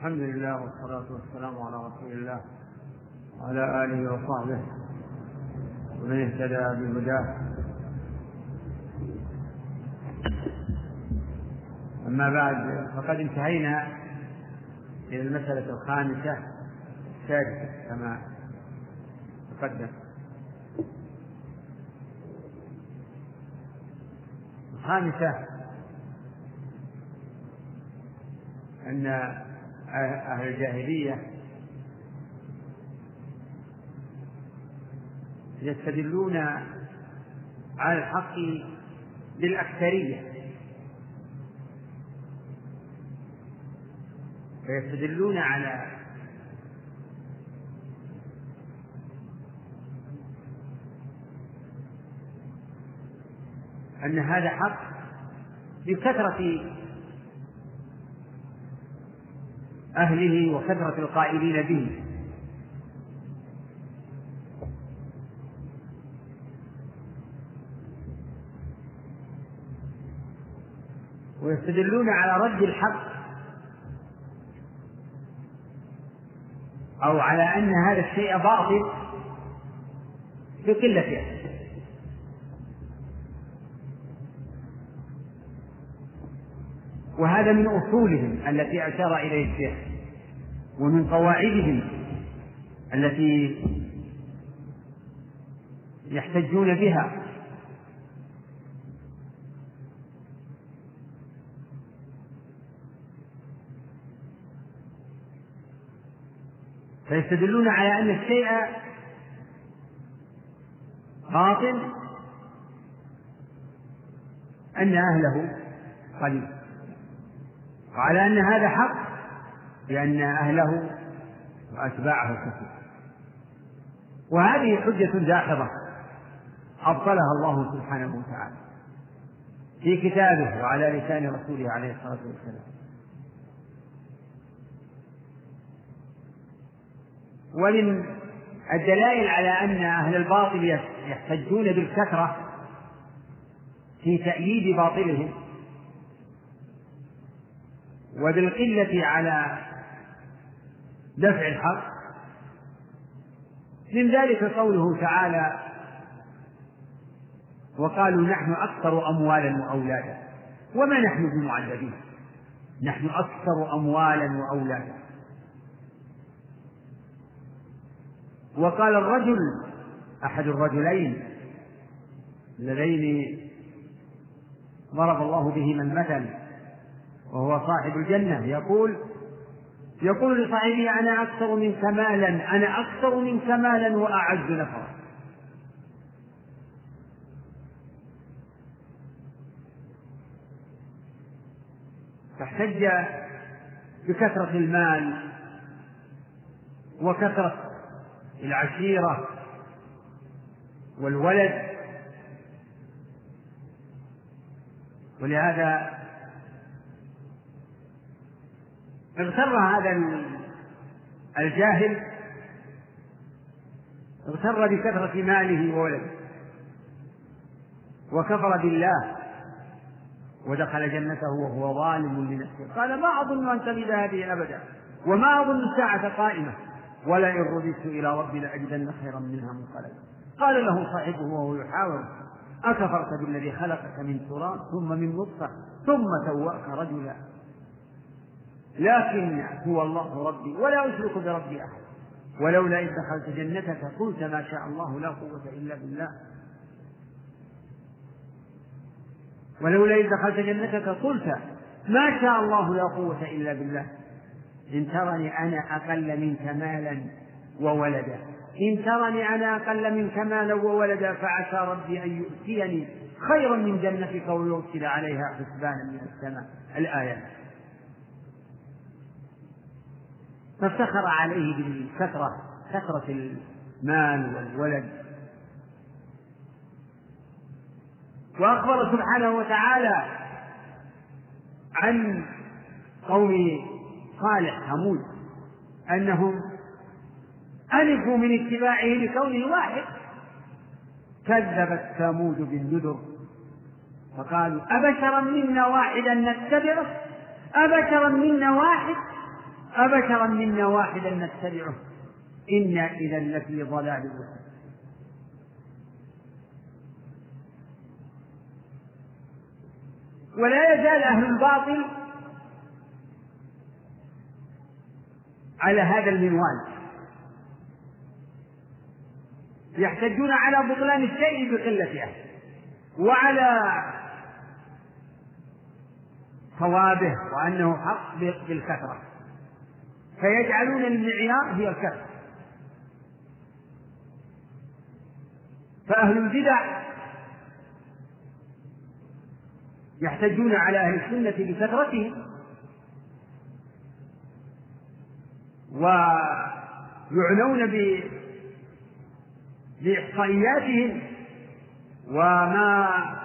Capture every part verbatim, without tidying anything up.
الحمد لله والصلاة والسلام على رسول الله وعلى آله وصحبه ومن اهتدى بهداه. أما بعد، فقد انتهينا إلى المسألة الخامسة السادسة كما تقدم. الخامسة أن أهل الجاهلية يستدلون على الحق بالأكثرية، فيستدلون على أن هذا حق بكثرة أهله وكثرة القائلين به، ويستدلون على رد الحق أو على أن هذا الشيء باطل بقلة أهله. وهذا من أصولهم التي أشار إليه الشيخ، ومن قواعدهم التي يحتجون بها. فيستدلون على أن الشيء باطل أن أهله قليل، وعلى أن هذا حق لأن أهله وأتباعه كثير. وهذه حجة داحضة أبطلها الله سبحانه وتعالى في كتابه وعلى لسان رسوله عليه الصلاة والسلام. ومن الدلائل على أن أهل الباطل يحتجون بالكثرة في تأييد باطلهم وبالقلة على دفع الحق، من ذلك قوله تعالى: وقالوا نحن أكثر أموالا وأولادا وما نحن بمعذبين. نحن أكثر أموالا وأولادا. وقال الرجل أحد الرجلين اللذين ضرب الله بهما المثل وهو صاحب الجنة، يقول يقول لصاحبه: أنا أكثر منك مالا أنا أكثر منك مالا وأعز نفرا. فاحتج بكثرة المال وكثرة العشيرة والولد، ولهذا اغتر هذا الجاهل اغتر بكثرة ماله وولده وكفر بالله ودخل جنته وهو ظالم لنفسه. قال: ما أظن أن تبيد هذه أبدا وما أظن الساعة قائمة ولئن رددت إلى ربي لأجدن خيرا منها منقلبا. قال له صاحبه وهو يحاور: أكفرت بالذي خلقك من تراب ثم من نطفة ثم سواك رجلا لكن هو الله ربي ولا أشرك بربي أحد ولولا إذ دخلت جنتك قلت ما شاء الله لا قوة إلا بالله ولولا إذ دخلت جنتك قلت ما شاء الله لا قوة إلا بالله إن ترني أنا أقل منك مالا وولدا إن ترني أنا أقل منك مالا وولدا فعسى ربي أن يؤتيني خيرا من جنتك ويرسل عليها حسبانا من السماء. الآية. فافتخر عليه بالكثرة، كثرة المال والولد. وأخبر سبحانه وتعالى عن قوم صالح ثمود أنهم ألفوا من اتباعه لكونه واحد. كذبت ثمود بالنذر فقالوا: أبشرا منا واحدا نتبعه أبشرا منا واحد أبشرا منا واحدا نتبعه إنا إذا لفي ضلال مبين. ولا يزال أهل الباطل على هذا المنوال، يحتجون على بطلان الشيء بقلة أهله وعلى صوابه وأنه حق بالكثرة، فيجعلون المعيار هي الكثرة. فأهل البدع يحتجون على أهل السنة بكثرتهم ويعنون بإحصائياتهم وما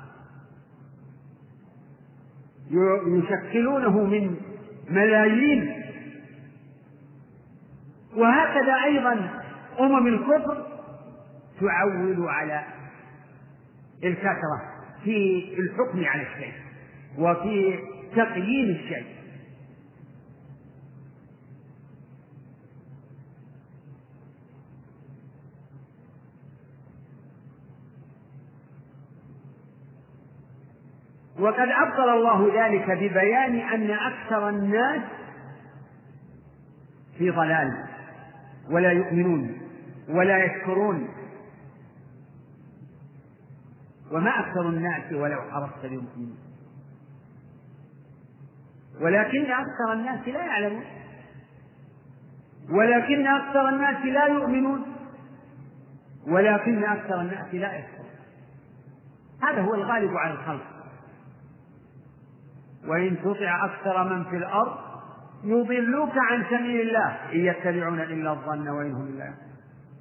يشكلونه من ملايين. وهكذا أيضا أمم الكفر تعول على الكثرة في الحكم على الشيء وفي تقييم الشيء. وقد أبطل الله ذلك ببيان أن أكثر الناس في ضلال ولا يؤمنون ولا يشكرون. وما أكثر الناس ولو حرصت بمؤمنين ولكن أكثر الناس لا يعلمون ولكن أكثر الناس لا يؤمنون ولكن أكثر الناس لا يشكرون. هذا هو الغالب على الخلق. وإن تطع أكثر من في الأرض يضلوك عن سبيل الله إن يتبعون إلا الظن وإن هم إلا يظنون.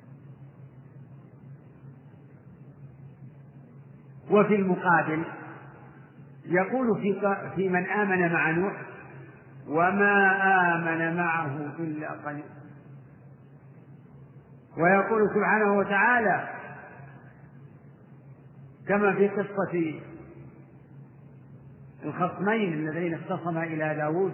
وفي المقابل يقول في من آمن مع نوح وما آمن معه إلا قليل. ويقول سبحانه وتعالى كما في قصة الخصمين الذين اختصما إلى داود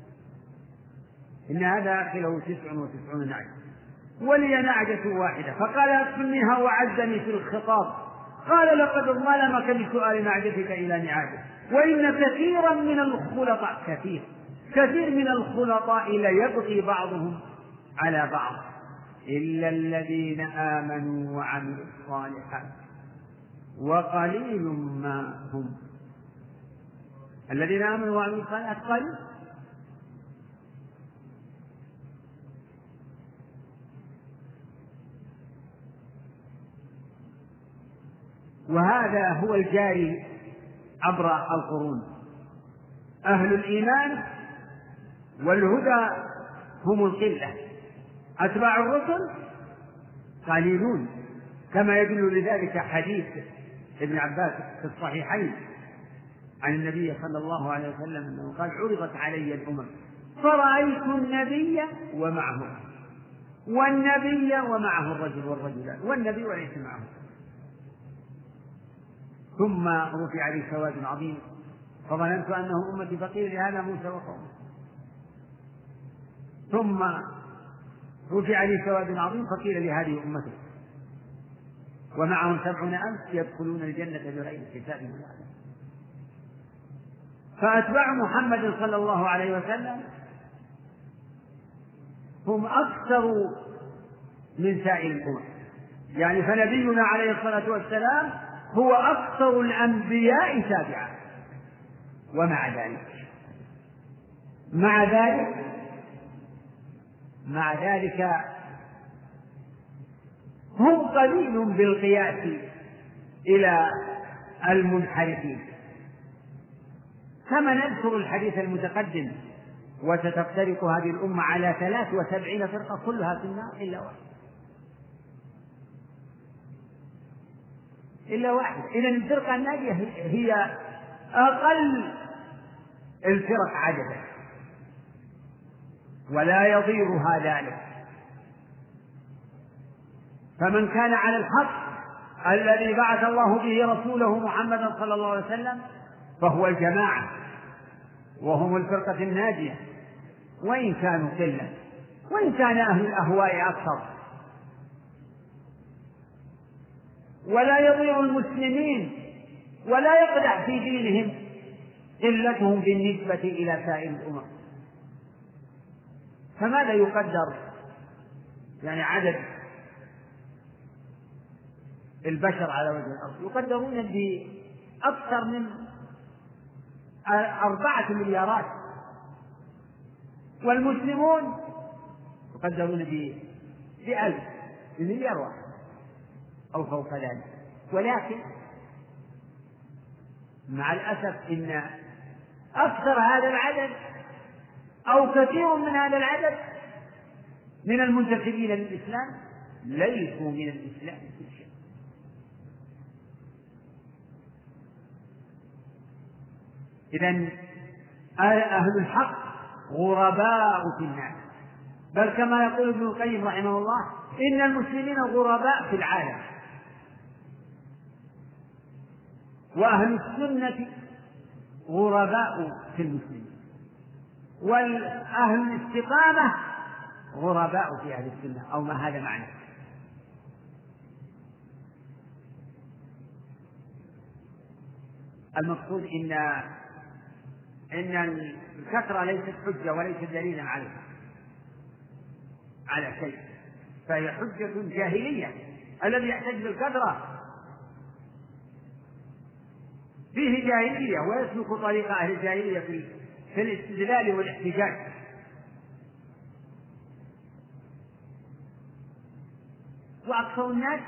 إن هذا أخله تسع وتسعون نعجة ولي نعجة واحدة فقال أكفلنيها وعزني في الخطاب قال لقد ظلمك بسؤال نعجتك إلى نعاجه وإن كثيرا من الخلطاء كثير كثير من الخلطاء ليبغي بعضهم على بعض إلا الذين آمنوا وعملوا الصالحات وقليل ما هم. الذين آمنوا وعملوا الصالحات قليل. وهذا هو الجاري عبر القرون. أهل الإيمان والهدى هم القلة، أتباع الرسل قليلون، كما يدل لذلك حديث ابن عباس في الصحيحين عن النبي صلى الله عليه وسلم أنه قال عرضت علي الأمم فرأيت النبي ومعه والنبي ومعه الرجل والرجلان والنبي وليس معه ثم رفع لي سواد عظيم فظننت أنه أمتي فقيل لهذا موسى وقومه ثم رفع لي سواد عظيم فقيل لهذه أمته ومعهم سبعون ألف يدخلون الجنة بغير حساب ولا عذاب. فأتباع محمد صلى الله عليه وسلم هم أكثر من سائر الأمم، يعني فنبينا عليه الصلاة والسلام هو أكثر الأنبياء تابعا. ومع ذلك مع ذلك مع ذلك هم قليل بالقياس إلى المنحرفين. كما نذكر الحديث المتقدم وستفترق هذه الأمة على ثلاث وسبعين فرقة كلها في النار إلا واحد إلا واحد. إذن الفرقة الناجية هي أقل الفرق عددا ولا يضيرها ذلك. فمن كان على الحق الذي بعث الله به رسوله محمدا صلى الله عليه وسلم فهو الجماعة وهم الفرقة الناجية. وإن كانوا قلة، وإن كان أهل الأهواء أكثر. ولا يضير المسلمين ولا يقدح في دينهم قلتهم بالنسبة إلى سائر الأمم. فماذا يقدر يعني عدد البشر على وجه الأرض؟ يقدرون بأكثر من أربعة مليارات، والمسلمون يقدرون بألف، بمليار واحد أو فوق ذلك. ولكن مع الأسف إن أكثر هذا العدد أو كثير من هذا العدد من المنتسبين للإسلام ليسوا من الإسلام في شيء. إذن أهل الحق غرباء في الناس، بل كما يقول ابن القيم رحمه الله إن المسلمين غرباء في العالم، وأهل السنة غرباء في المسلمين، والأهل الاستقامة غرباء في أهل السنة، أو ما هذا معنى. المقصود إن إن الكثرة ليست حجة وليست دليلا عليها على شيء، فهي حجة جاهلية. الذي يحتج بالكثرة فيه جاهلية، ويسلك طريق أهل الجاهلية في في الاستدلال والاحتجاج. وأكثر الناس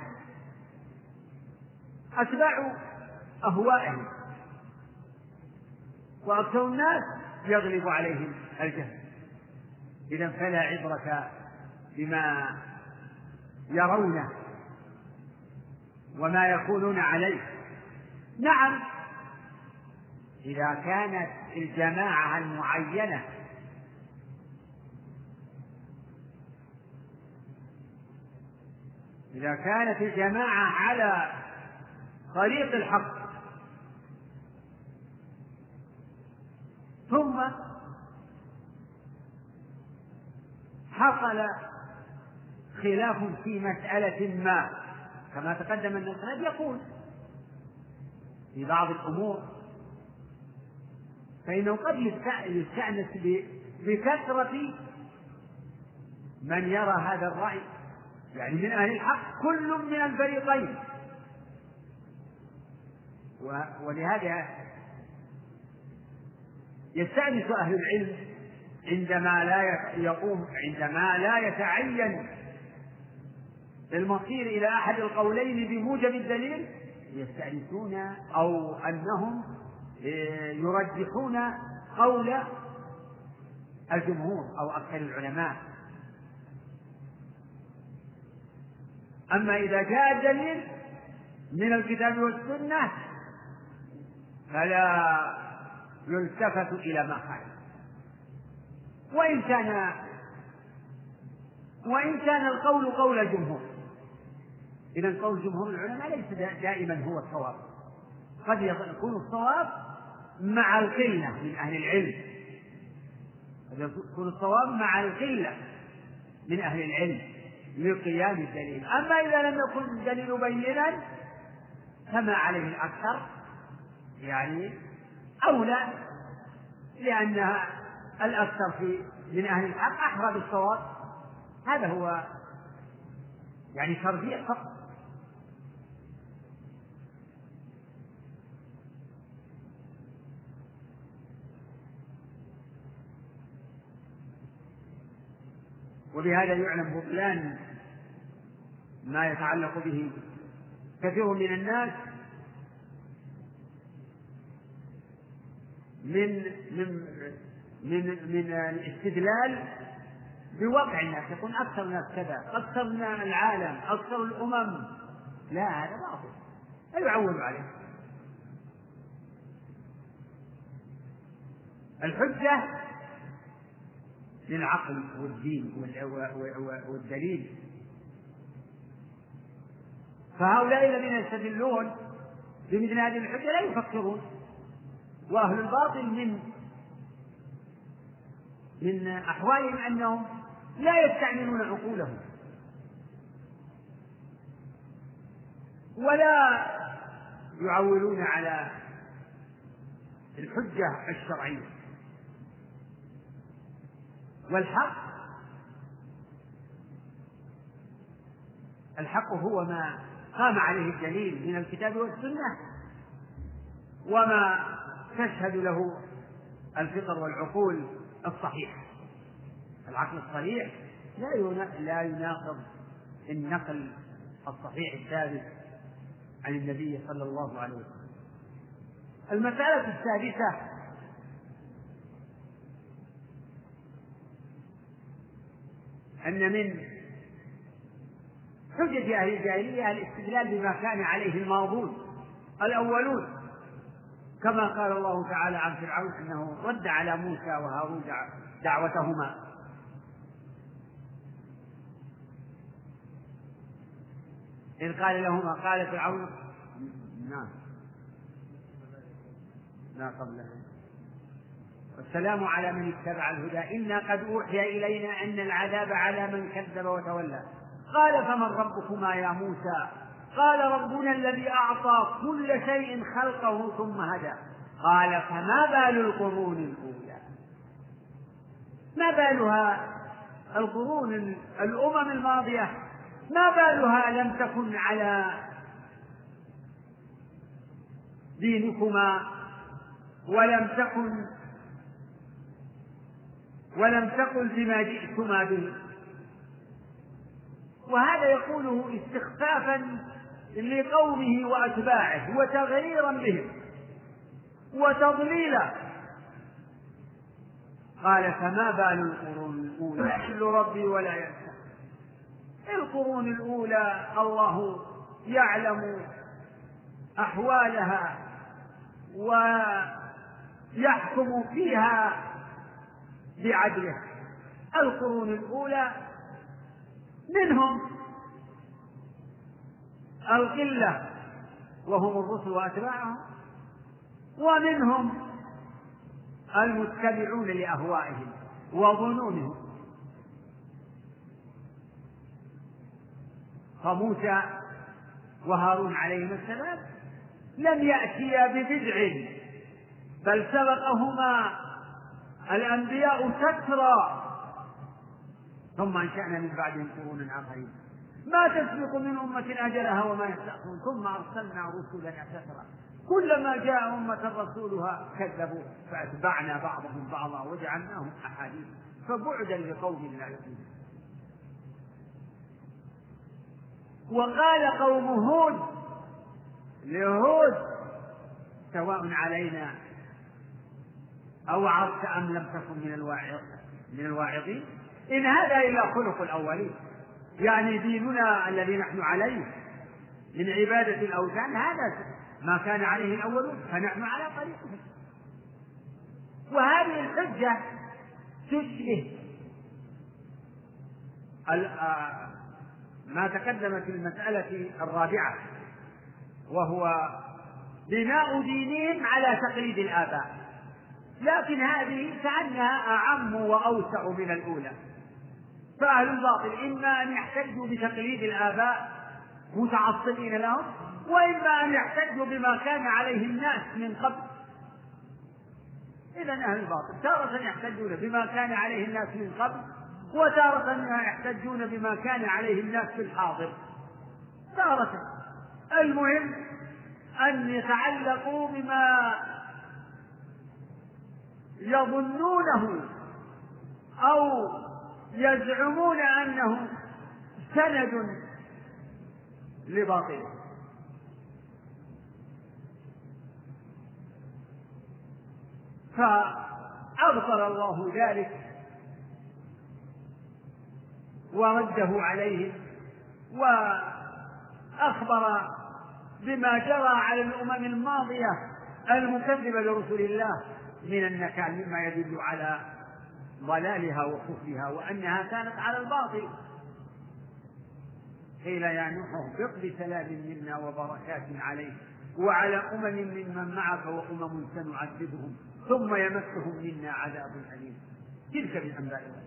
أتباع أهوائهم، وأكثر الناس يغلب عليهم الجهل. إذن فلا عبرة بما يرونه وما يكونون عليه. نعم، إذا كانت الجماعة المعينة إذا كانت الجماعة على طريق الحق ثم حصل خلاف في مسألة ما، كما تقدم أن الخلاف يكون في بعض الأمور، فإنه قد يستأنس بكثرة من يرى هذا الرأي، يعني من أهل الحق كل من الفريقين. ولهذا يستأنس أهل العلم عندما لا يقوم عندما لا يتعين المصير إلى أحد القولين بموجب الدليل، يستأنسون أو أنهم يرجحون قول الجمهور أو أكثر العلماء. أما إذا جاء الدليل من الكتاب والسنة فلا يلتفت إلى ما خالف، وإن كان وإن كان القول قول الجمهور. إذن قول جمهور العلماء ليس دائما هو الصواب، قد يكون الصواب مع القلة من أهل العلم، قد يكون الصواب مع القلة من أهل العلم لقيام الدليل. أما إذا لم يكن الدليل بينا فما عليه الأكثر يعني أولى، لأنها الأكثر في من أهل الحق أحرى بالصواب. هذا هو يعني ترجيح فقط. وبهذا يعلم بطلان ما يتعلق به كثير من الناس من من من من الاستدلال بوضع الناس، يكون أكثر الناس كذا، أكثر من العالم، أكثر الأمم. لا، هذا باطل، لا يعول عليه. الحجة للعقل والدين والدليل. فهؤلاء الذين يستدلون بمثل هذه الحجة لا يفكرون، وأهل الباطل من من أحوالهم أنهم لا يستعملون عقولهم ولا يعولون على الحجة الشرعية. والحق الحق هو ما قام عليه الدليل من الكتاب والسنة وما تشهد له الفطر والعقول الصحيحة. العقل الصريح لا يناقض النقل الصحيح الثابت عن النبي صلى الله عليه وسلم. المسألة السادسة أن من حجة أهل الجاهلية الاستدلال بما كان عليه الماضون الأولون، كما قال الله تعالى عن فرعون أنه رد على موسى وهارون دعوتهما. إذ قال لهما قال فرعون نعم لا قبلها والسلام على من اتبع الهدى إنا قد أوحي إلينا أن العذاب على من كذب وتولى قال فمن ربكما يا موسى قال ربنا الذي أعطى كل شيء خلقه ثم هدى قال فما بال القرون الأولى. ما بالها القرون الأمم الماضية ما بالها لم تكن على دينكما ولم تكن ولم تقل بما جئتما به. وهذا يقوله استخفافا لقومه وأتباعه وتغييرا بهم وتضليلا. قال فما بال القرون الأولى يحل ربي ولا ينسى. القرون الأولى الله يعلم أحوالها ويحكم فيها بعدله. القرون الأولى منهم القلة وهم الرسل وأتباعهم ومنهم المتبعون لأهوائهم وظنونهم. فموسى وهارون عليهما السلام لم يأتيا ببدع بل سبقهما الأنبياء سترا ثم أنشأنا من بعدهم قرونا آخرين ما تسبق من أمة أجلها وما يستأخرون ثم أرسلنا رسلا سترا كلما جاء أمة رسولها كذبوا فأتبعنا بعضهم بعضا وجعلناهم أحاديث فبعدا لقوم لا يؤمنون. وقال قوم هود لهود سواء علينا أوعظت أم لم تكن من الواعظ من الواعظين إن هذا إلا خلق الأولين. يعني ديننا الذي نحن عليه من عبادة الأوثان هذا ما كان عليه الأولون فنحن على طريقه. وهذه الحجة تشبه ما تقدم في المسألة الرابعة وهو بناء دينهم على تقليد الآباء، لكن هذه كأنها أعم وأوسع من الأولى. فأهل الباطل إما أن يحتجوا بتقليد الآباء متعصبين لهم وإما أن يحتجوا بما كان عليه الناس من قبل. إذن أهل الباطل تارة يحتجون بما كان عليه الناس من قبل وتارة يحتجون بما كان عليه الناس في الحاضر تارة. المهم أن يتعلقوا بما يظنونه أو يزعمون أنه سند لباطله. فأبطل الله ذلك ورده عليهم وأخبر بما جرى على الأمم الماضية المكذبة لرسل الله من النكال مما يدل على ضلالها وكفرها وأنها كانت على الباطل. قيل يا نوح اهبط بسلام منا وبركات عليك وعلى أمم ممن معك وأمم سنعذبهم ثم يمسهم منا عذاب أليم. تلك من أنباء الغيب.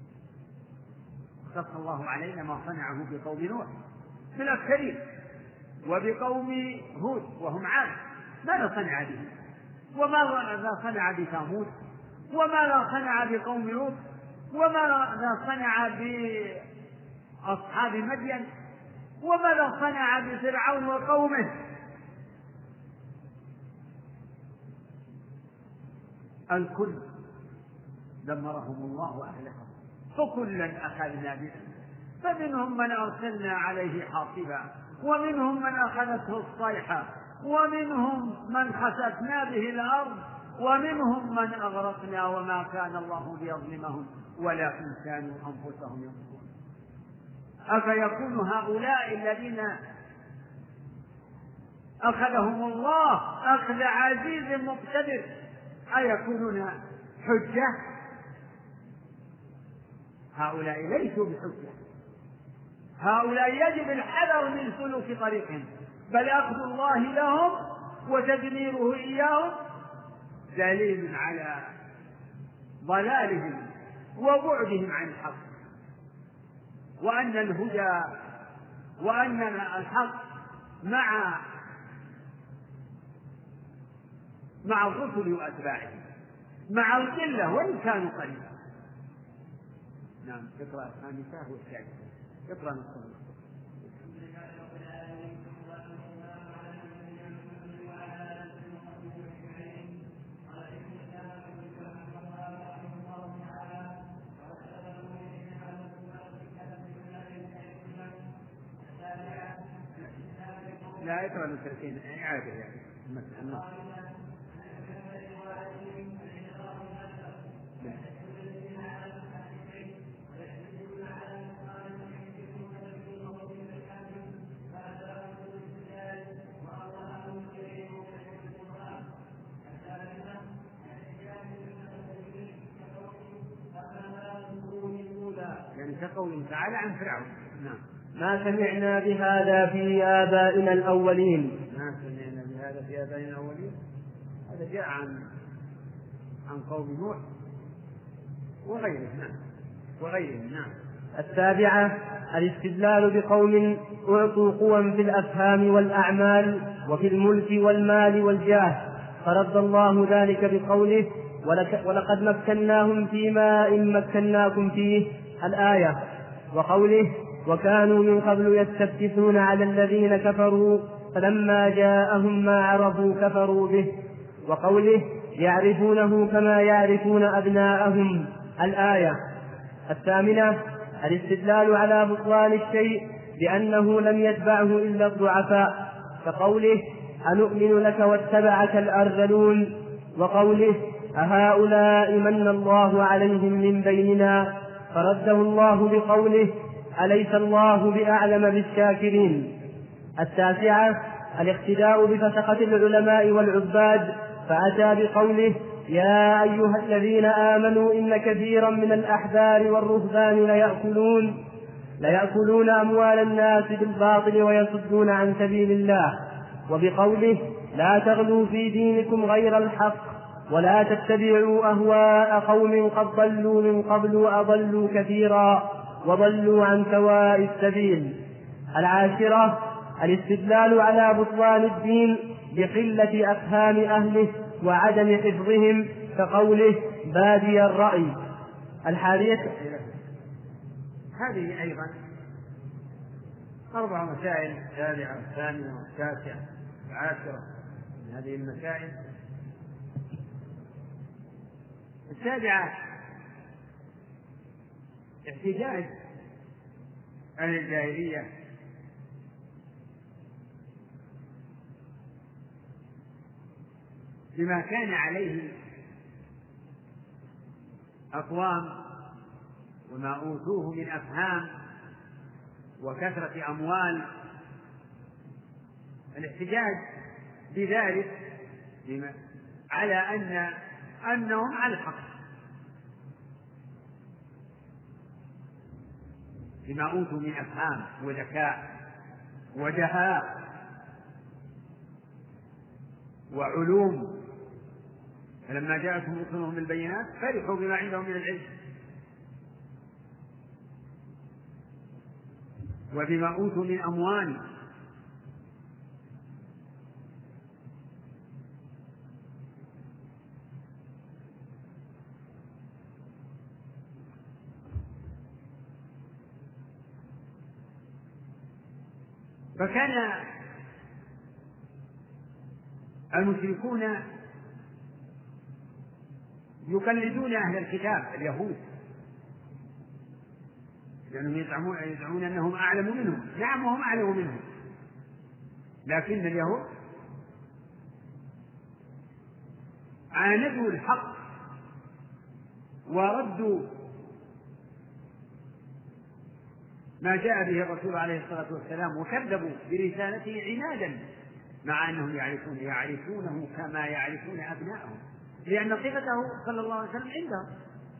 قص الله علينا ما صنعه بقوم نوح من الأكثرين، وبقوم هود وهم عاد ماذا صنع به، وماذا صنع بثمود، وماذا صنع بقوم لوط، وماذا صنع بأصحاب مدين، وماذا صنع بفرعون وقومه. الكل دمرهم الله وأهلكهم، فكلا أخذنا بذنبه، فمنهم من أرسلنا عليه حاصبا، ومنهم من أخذته الصيحة، ومنهم من خسفنا به الأرض، ومنهم من أغرقنا وما كان الله ليظلمهم ولكن كانوا أنفسهم يظلمون. أفيكون هؤلاء الذين أخذهم الله أخذ عزيز مقتدر أيكونون حجة؟ هؤلاء ليسوا بحجة، هؤلاء يجب الحذر من سلوك طريقهم، بل أخذ الله لهم وتدميره إياهم دليل على ضلالهم وبعدهم عن الحق، وأن الهدى وأن الحق مع مع الرسل وأتباعهم، مع القلة وإن كانوا قليلا. نعم. اقرأ الخامسة والسادسة. اقرأ نصف. لا اقرأ نصفين إعادة يعني النص. يعني كقوله تعالى عن فرعون. نعم. ما سمعنا بهذا في آبائنا الأولين. ما سمعنا بهذا في آبائنا الأولين، هذا جاء عن عن قوم نوح وغيره. نعم. وغيره. نعم. السابعة الاستدلال بقوم أعطوا قوى في الأفهام والأعمال وفي الملك والمال والجاه، فرد الله ذلك بقوله ولقد مكناهم فيما إن مكناكم فيه الآية، وقوله وكانوا من قبل يستفتحون على الذين كفروا فلما جاءهم ما عرفوا كفروا به، وقوله يعرفونه كما يعرفون أبناءهم الآية. الثامنة الاستدلال على بطلان الشيء بأنه لم يتبعه إلا الضعفاء، كقوله أنؤمن لك واتبعك الأرذلون، وقوله أهؤلاء من الله عليهم من بيننا، فرده الله بقوله أليس الله بأعلم بالشاكرين. التاسعة الاقتداء بفسقة العلماء والعباد، فأتى بقوله يا أيها الذين آمنوا إن كثيرا من الأحبار والرهبان ليأكلون, ليأكلون أموال الناس بالباطل ويصدون عن سبيل الله، وبقوله لا تغلوا في دينكم غير الحق ولا تتبعوا أهواء قوم قد ضلوا من قبل وأضلوا كثيرا وضلوا عن سواء السبيل. العاشرة الاستدلال على بطلان الدين بقلة أفهام أهله وعدم حفظهم، كقوله بادي الرأي. الحادية هذه أيضا أربع مسائل، السابعة والثامنة والتاسعة والعاشرة من هذه المسائل. السابعة احتجاج عن الجاهلية بما كان عليه أقوام وما أوتوه من أفهام وكثرة أموال، الاحتجاج بذلك على أن أنهم على الحق بما أوتوا من أفهام وذكاء ودهاء وعلوم، فلما جاءتهم رسلهم بالبينات فرحوا بما عندهم من العلم وبما أوتوا من أموال. فكان المشركون يقلدون أهل الكتاب اليهود، لأنهم يزعمون, يزعمون أنهم أعلم منهم. نعم وهم أعلم منهم، لكن اليهود عاندوا الحق وردوا ما جاء به الرسول عليه الصلاة والسلام وكذبوا برسالته عنادا، مع أنهم يعرفون يعرفونه كما يعرفون أبنائهم، لأن صفته صلى الله عليه وسلم عندهم.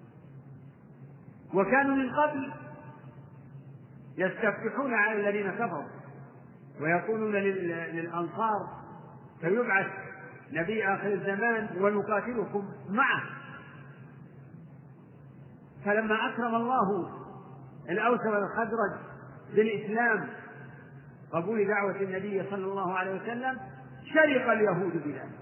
وكانوا من قبل يستفتحون على الذين كفروا ويقولون للأنصار سيبعث نبي آخر الزمان ونقاتلكم معه. فلما أكرم الله الأوس والخزرج بالإسلام قبول دعوة النبي صلى الله عليه وسلم شرق اليهود بذلك.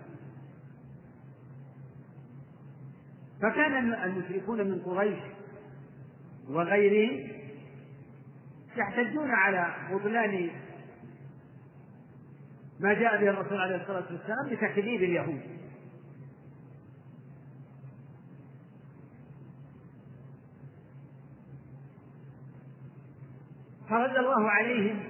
فكان المشركون من قريش وغيرهم يحتجون على بطلان ما جاء به الرسول عليه الصلاة والسلام بتكذيب اليهود. فرد الله عليهم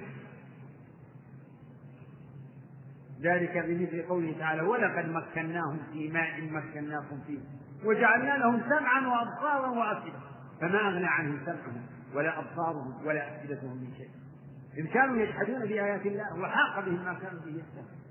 ذلك بمثل قوله تعالى: ولقد مكناهم في ماء مكناكم فيه وجعلنا لهم سمعا وأبصارا وأفئدة فما أغنى عنهم سمعهم ولا أبصارهم ولا أفئدتهم من شيء إذ كانوا يجحدون بآيات الله وحاق بهم ما كانوا به يستهزئون.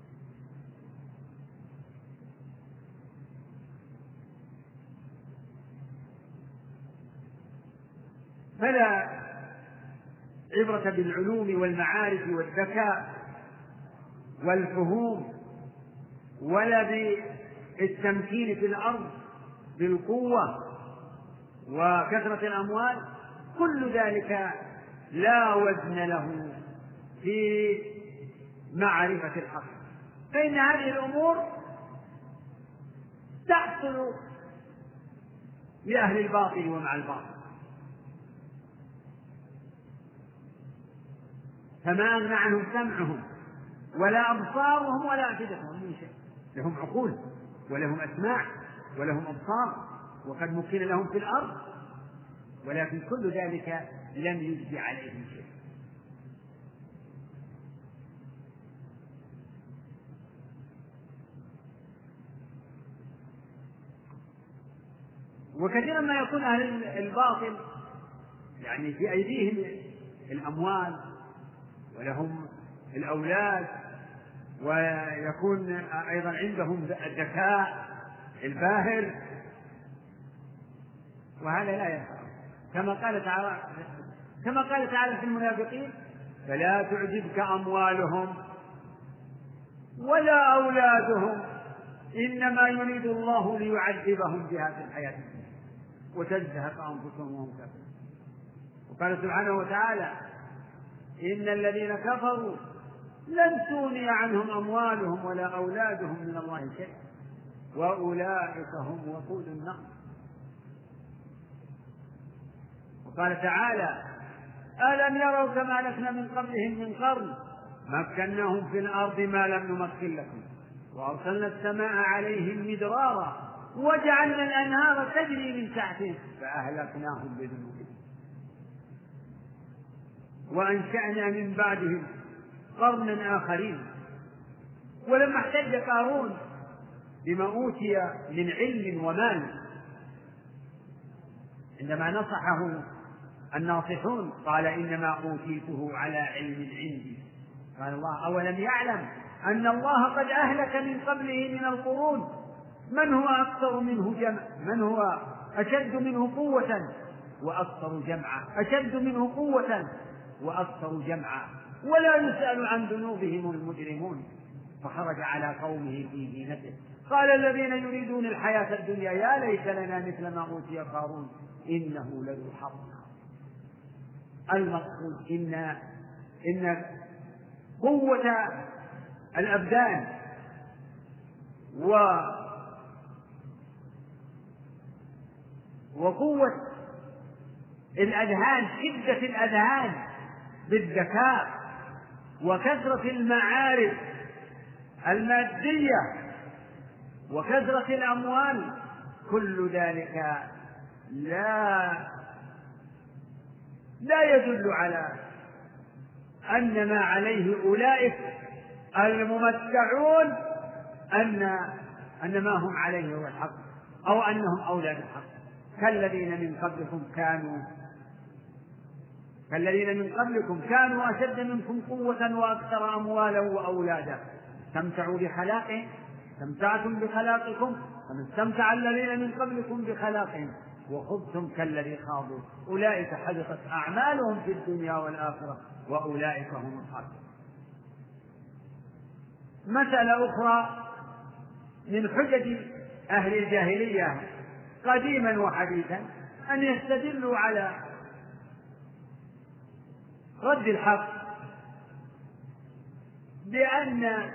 فلا عبرة بالعلوم والمعارف والذكاء والفهوم ولا بالتمكين في الأرض بالقوة وكثرة الأموال، كل ذلك لا وزن له في معرفة الحق، فإن هذه الأمور تحصل لأهل الباطل ومع الباطل. فما أغنى عنهم سمعهم ولا أبصارهم ولا أفئدتهم من شيء. لهم عقول ولهم أسماع ولهم أبصار وقد مكن لهم في الأرض، ولكن كل ذلك لم يجد عليهم شيء. وكثيرا ما يكون أهل الباطل يعني في أيديهم الأموال ولهم الأولاد ويكون أيضا عندهم الذكاء الباهر، وهذا لا ينفع. كما قال تعالى كما قال تعالى في المنافقين: فلا تعجبك أموالهم ولا أولادهم إنما يريد الله ليعذبهم بها في الحياة الدنيا وتزهق أنفسهم وهم كافرون. وقال سبحانه وتعالى: إن الذين كفروا لن تغني عنهم أموالهم ولا أولادهم من الله شيئا وأولئك هم وقود النار. وقال تعالى: ألم يروا كما أهلكنا من قبلهم من قرن مكناهم في الأرض ما لم نمكن لكم وأرسلنا السماء عليهم مدرارا وجعلنا الأنهار تجري من تحتهم فأهلكناهم بذنوبهم وأنشأنا من بعدهم قرنا آخرين. ولما احتج قارون بما أوتي من علم ومال عندما نصحه الناصحون قال: إنما أوتيته على علم عندي. قال الله: أولم يعلم أن الله قد أهلك من قبله من القرون من هو أكثر منه جمع من هو أشد منه قوة وأكثر جمعا أشد منه قوة وأكثر جمعا ولا يسأل عن ذنوبهم المجرمون. فخرج على قومه في زينته قال الذين يريدون الحياة الدنيا يا ليت لنا مثل ما أوتي قارون إنه لذو حظ. المقصود إن إن قوة الأبدان و وقوة الأذهان، شدة الأذهان بالذكاء وكثرة المعارف المادية وكثرة الأموال، كل ذلك لا لا يدل على أن ما عليه أولئك الممتعون أن أن ما هم عليه هو الحق أو أنهم أولاد الحق. كالذين من قبلكم كانوا كالذين من قبلكم كانوا أشد منكم قوة وأكثر أموالا وأولادا استمتعوا بخلاقهم استمتعتم بخلاقكم فما استمتع الذين من قبلكم بخلاقهم وخذتم كالذي خاضوا أولئك حدثت أعمالهم في الدنيا والآخرة وأولئك هم الخاسرون. مسألة أخرى من حجج أهل الجاهلية قديما وحديثا أن يستدلوا على رد الحق بأن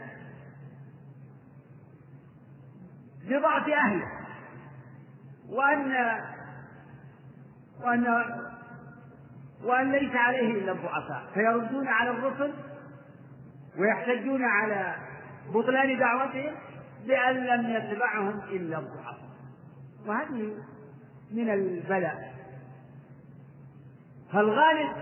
بضعف أهله وأن وأن وأن ليس عليه إلا الضعفاء، فيردون على الرسل ويحتجون على بطلان دعوتهم بأن لم يتبعهم إلا الضعفاء، وهذه من البلاء. فالغالب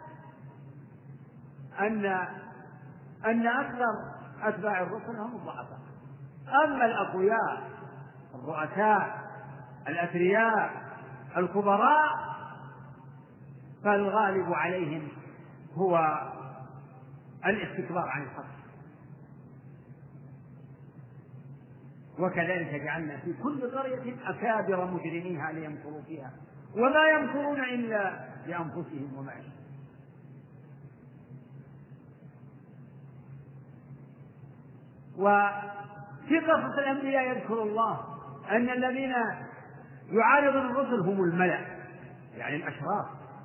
أن أن أكثر أتباع الرسل هم الضعفاء، أما الأقوياء الرؤساء الأثرياء الكبراء فالغالب عليهم هو الاستكبار عن الحق. وكذلك جعلنا في كل قرية أكابر مجرميها ليمكروا فيها وما يمكرون إلا بأنفسهم وما يشاءون. وفي قصص الأنبياء يذكر الله أن الذين يعارضون الرسل هم الملأ، يعني الأشراف،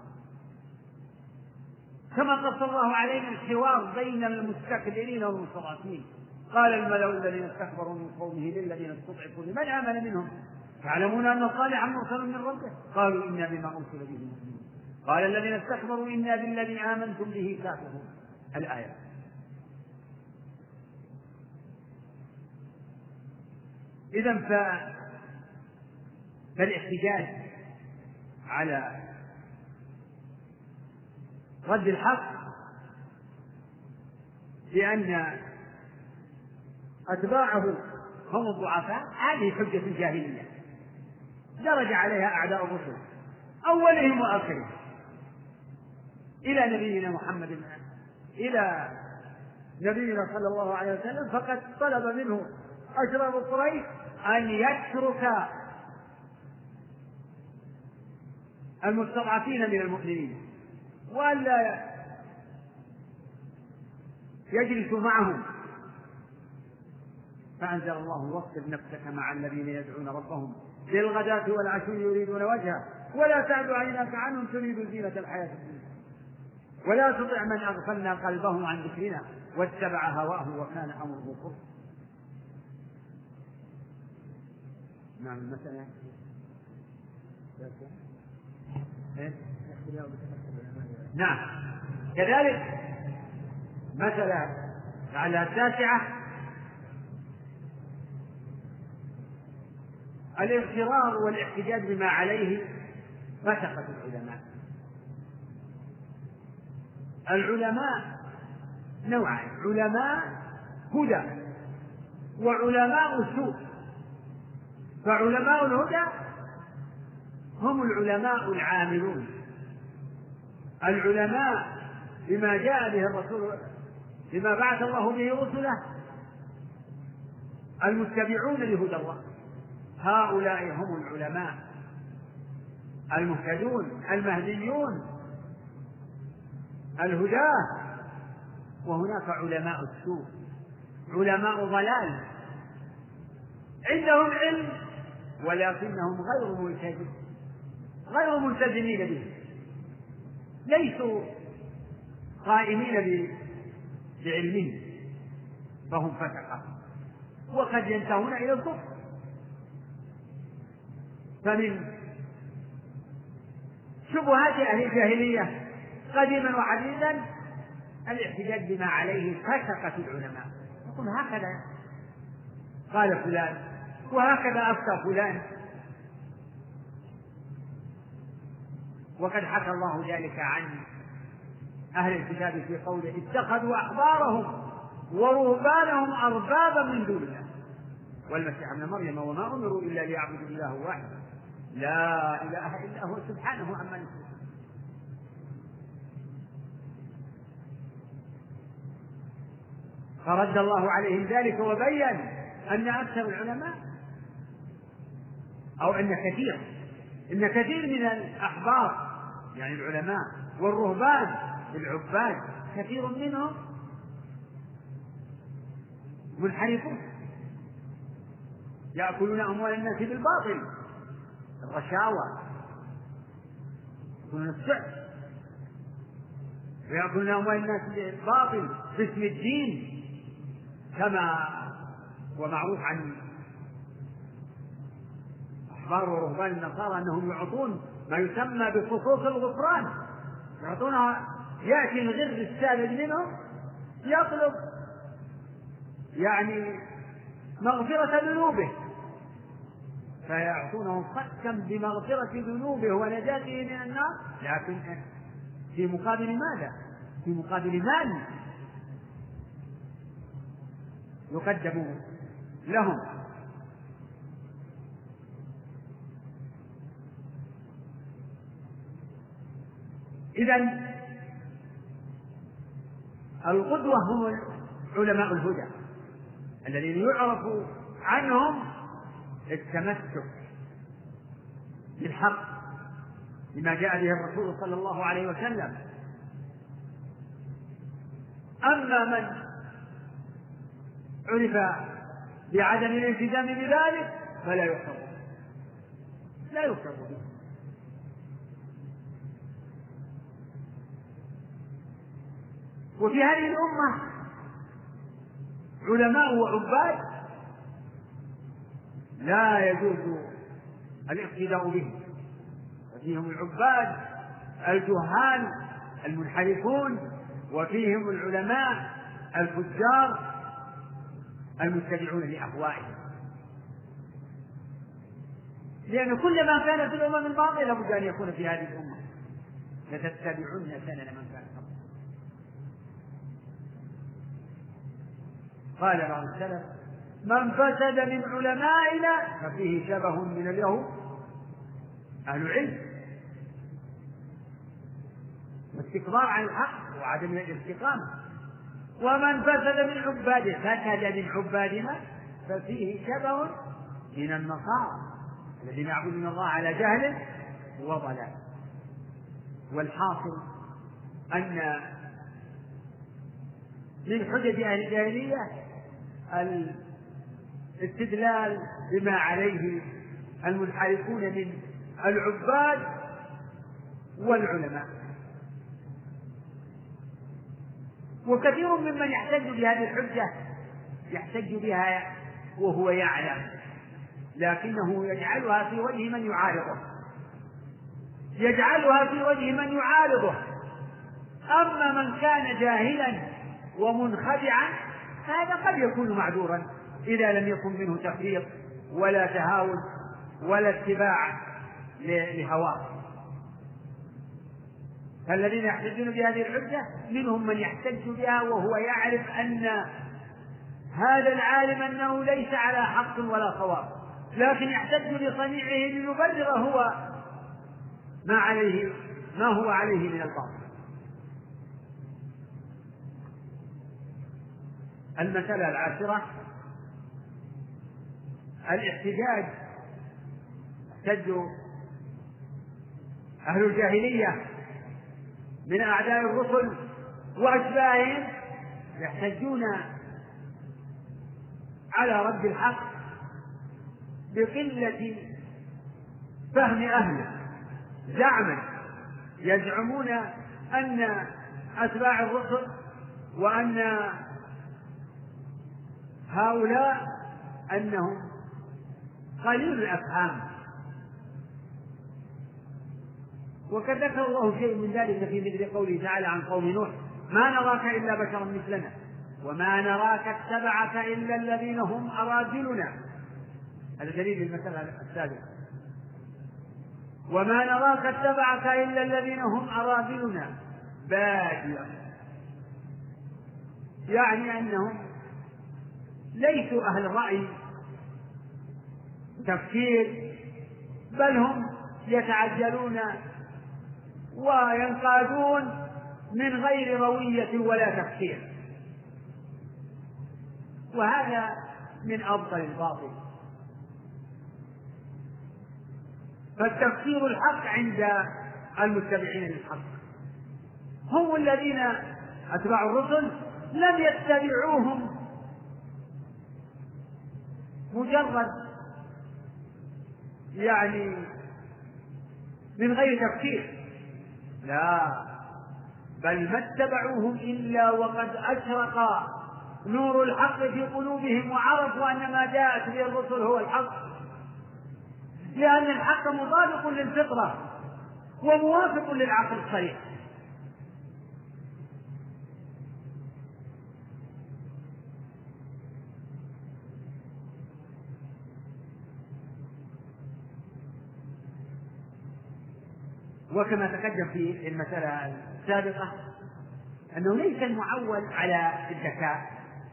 كما قص الله علينا الحوار بين المستكبرين والمستضعفين. قال الملأ الذين استكبروا من قومه للذين استضعفوا لمن آمن منهم تعلمون أن صالحا مرسل من ربه قالوا إنا بما أرسل به مؤمنون قال الذين استكبروا إنا بالذي آمنتم به كافرون. الآية. إذن ف... فالاحتجاج على رد الحق بأن أتباعه هم الضعفاء هذه حجة الجاهلية درج عليها أعداء الرسل أولهم وآخرهم إلى نبينا محمد إلى نبينا صلى الله عليه وسلم، فقد طلب منه أشراف قريش أن يترك المستضعفين من المؤمنين وألا يجلسوا معهم، فأنزل الله واصبر نفسك مع الذين يدعون ربهم بالغداة والعشي يريدون وجهه ولا تعد عيناك عنهم تريد زينة الحياة الدنيا ولا تطع من أغفلنا قلبه عن ذكرنا واتبع هواه وكان أمره فرطا. نعم المسألة نعم كذلك مسألة على التاسعة الاغترار والاحتجاج بما عليه فسقة العلماء. العلماء نوعان: علماء هدى وعلماء سوء. فعلماء الهدى هم العلماء العاملون، العلماء بما جاء به الرسول بما بعث الله به رسله، المتبعون لهدى الله، هؤلاء هم العلماء المهتدون المهديون الهداة. وهناك علماء السوء، علماء ضلال عندهم علم ولكنهم غير ملتزمين غير ملتزمين به، ليسوا قائمين بعلمهم فهم فسقة، وقد ينتهون إلى الكفر. فمن شبهات أهل الجاهلية قديما وحديثا الاحتجاج بما عليه فسقة العلماء، يقول هكذا قال فلان وهكذا أفتى فلان، وقد حكى الله ذلك عن أهل الكتاب في قوله اتخذوا أحبارهم ورهبانهم أربابا من دون الله والمسيح ابن مريم وما أمروا إلا ليعبدوا إله واحد لا إله إلا هو سبحانه عما يشركون. فرد الله عليهم ذلك وبين أن أكثر العلماء أو أن كثير إن كثير من الأحبار يعني العلماء والرهبان العباد كثير منهم منحرفون يأكلون أموال الناس بالباطل، الرشاوى، يأكلون السحت، ويأكلون أموال الناس بالباطل باسم الدين، كما هو معروف عن أحبار ورهبان النصارى أنهم يعطون ما يسمى بخصوص الغفران، يعطونها، يأتي الغر السابق منهم يطلب يعني مغفرة ذنوبه فيعطونه صكا بمغفرة ذنوبه ونجاته من النار، لكن في مقابل ماذا؟ في مقابل مال يقدم لهم. إذن القدوة هم علماء الهدى الذين يعرف عنهم التمسك بالحق بما جاء به الرسول صلى الله عليه وسلم. أما من عرف بعدم الالتزام بذلك فلا يحفظ لا يحفظ به. وفي هذه الأمة علماء وعباد لا يجوز الاقتداء بهم، وفيهم العباد الجهال المنحرفون، وفيهم العلماء الفجار المتبعون لأهوائهم، لأن كل ما كان في الأمم الماضية لابد أن يكون في هذه الأمة، لتتبعن سنن من كان قبل. قال بعض السلف من فسد من علمائنا ففيه شبه من اليهود، أهل علم واستكبار عن الحق وعدم الاستقامة، ومن فسد من عباده فسد من عبادنا ففيه شبه من النصارى الذين يعبدون الله على جهل وضلال. والحاصل أن من حجج أهل الجاهلية الاستدلال بما عليه المنحرفون من العباد والعلماء، وكثير ممن يحتج بهذه الحجة يحتج بها وهو يعلم، لكنه يجعلها في وجه من يعارضه يجعلها في وجه من يعارضه أما من كان جاهلا ومنخدعا هذا قد يكون معذورا إذا لم يكن منه تفريط ولا تهاون ولا اتباع لهواه. فالذين يحتجون بهذه الحجة منهم من يحتج بها وهو يعرف أن هذا العالم أنه ليس على حق ولا صواب، لكن يحتج لصنيعه ليبرر هو ما عليه ما هو عليه من الباطل. المسألة العاشرة الاحتجاج. احتج أهل الجاهلية من أعداء الرسل وأشباههم يحتجون على رد الحق بقلة فهم أهله زعما يزعمون أن أتباع الرسل وأن هؤلاء أنهم قليل الأفهام. وقد ذكر الله شيء من ذلك في مثل قوله تعالى عن قوم نوح: ما نراك إلا بشرا مثلنا وما نراك اتبعك إلا الذين هم أراذلنا. هذا دليل المسألة السابقة. وما نراك اتبعك إلا الذين هم أراذلنا بادية، يعني أنهم ليسوا أهل رأي تفكير، بل هم يتعجلون وينقادون من غير روية ولا تفكير، وهذا من أبطل الباطل. فالتفسير الحق عند المتبعين للحق هم الذين أتبعوا الرسل لم يتبعوهم مجرد يعني من غير تفكير، لا، بل ما اتبعوهم إلا وقد أشرق نور الحق في قلوبهم وعرفوا أن ما جاءت به الرسل هو الحق، لأن الحق مطابق للفطرة وموافق للعقل الصريح. وكما تقدم في المسألة السابقة أنه ليس المعول على الذكاء،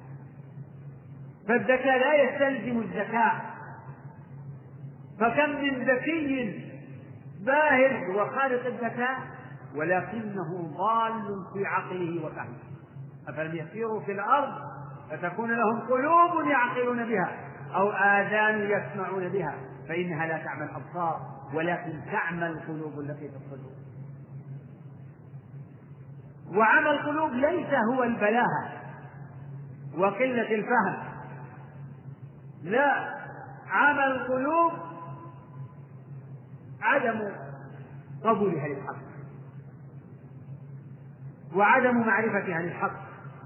فالذكاء لا يستلزم الذكاء، فكم من ذكي باهر وخالق الذكاء ولكنه ضال في عقله وفهمه. أفلم يسيروا في الأرض فتكون لهم قلوب يعقلون بها أو آذان يسمعون بها فإنها لا تعمى الأبصار ولكن تعمى القلوب التي في الصدور. وعمى القلوب ليس هو البلاهة وقلة الفهم، لا، عمى القلوب عدم قبولها للحق وعدم معرفتها للحق.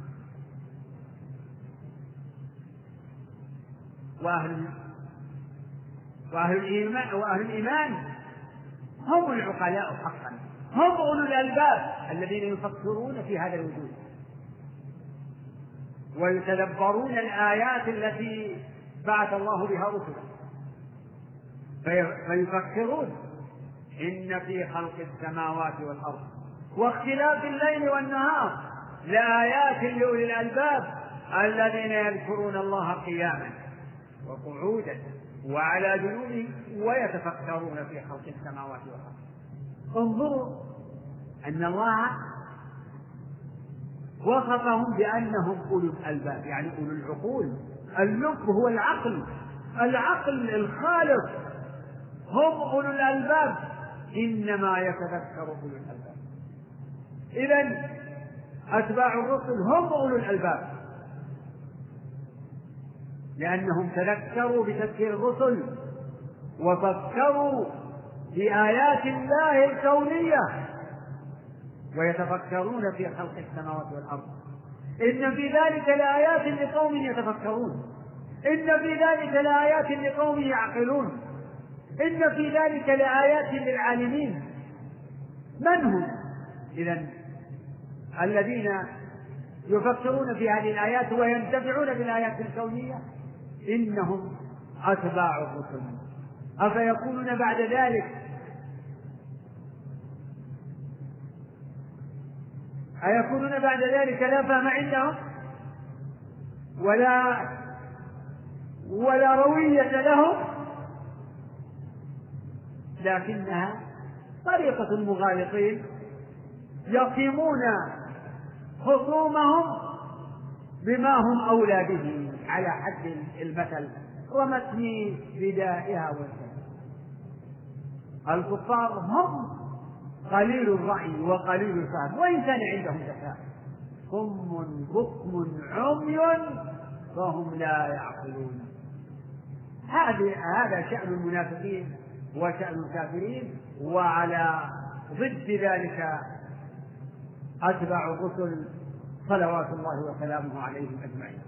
وأهل وأهل الإيمان وأهل الإيمان هم العقلاء حقا، هم أولو الألباب الذين يفكرون في هذا الوجود ويتدبرون الآيات التي بعث الله بها رسله فيفكرون إن في خلق السماوات والأرض واختلاف الليل والنهار لآيات لأولي الألباب الذين يذكرون الله قياما وقعودا وعلى جنوبهم ويتفكرون في خلق السماوات والأرض. انظروا أن الله وصفهم بأنهم أولو الألباب، يعني أولو العقول. اللب هو العقل، العقل الخالص، هم أولو الألباب، إنما يتذكر أولو الألباب. إذن أتباع الرسل هم أولو الألباب لأنهم تذكروا بتذكير الرسل وفكروا بآيات الله الكونية ويتفكرون في خلق السماوات والأرض. إن في ذلك لآيات لقوم يتفكرون، إن في ذلك لآيات لقوم يعقلون، إن في ذلك لآيات للعالمين. من هم إذن الذين يفكرون في هذه الآيات وينتفعون بالآيات الكونية؟ إنهم أتباع الرسل. أفيكونون بعد ذلك أيكونون بعد ذلك لا فهم عندهم ولا ولا روية لهم؟ لكنها طريقة المغالطين يقيمون خصومهم بما هم أولى به على حد المثل ومتن بدائها والسلام. الكفار هم قليل الرأي وقليل الفهم وإن كان عندهم ذكاء، صم بكم عمي فهم لا يعقلون. هذا هذا شأن المنافقين وشأن الكافرين، وعلى ضد ذلك أتبع الرسل صلوات الله وسلامه عليهم أجمعين.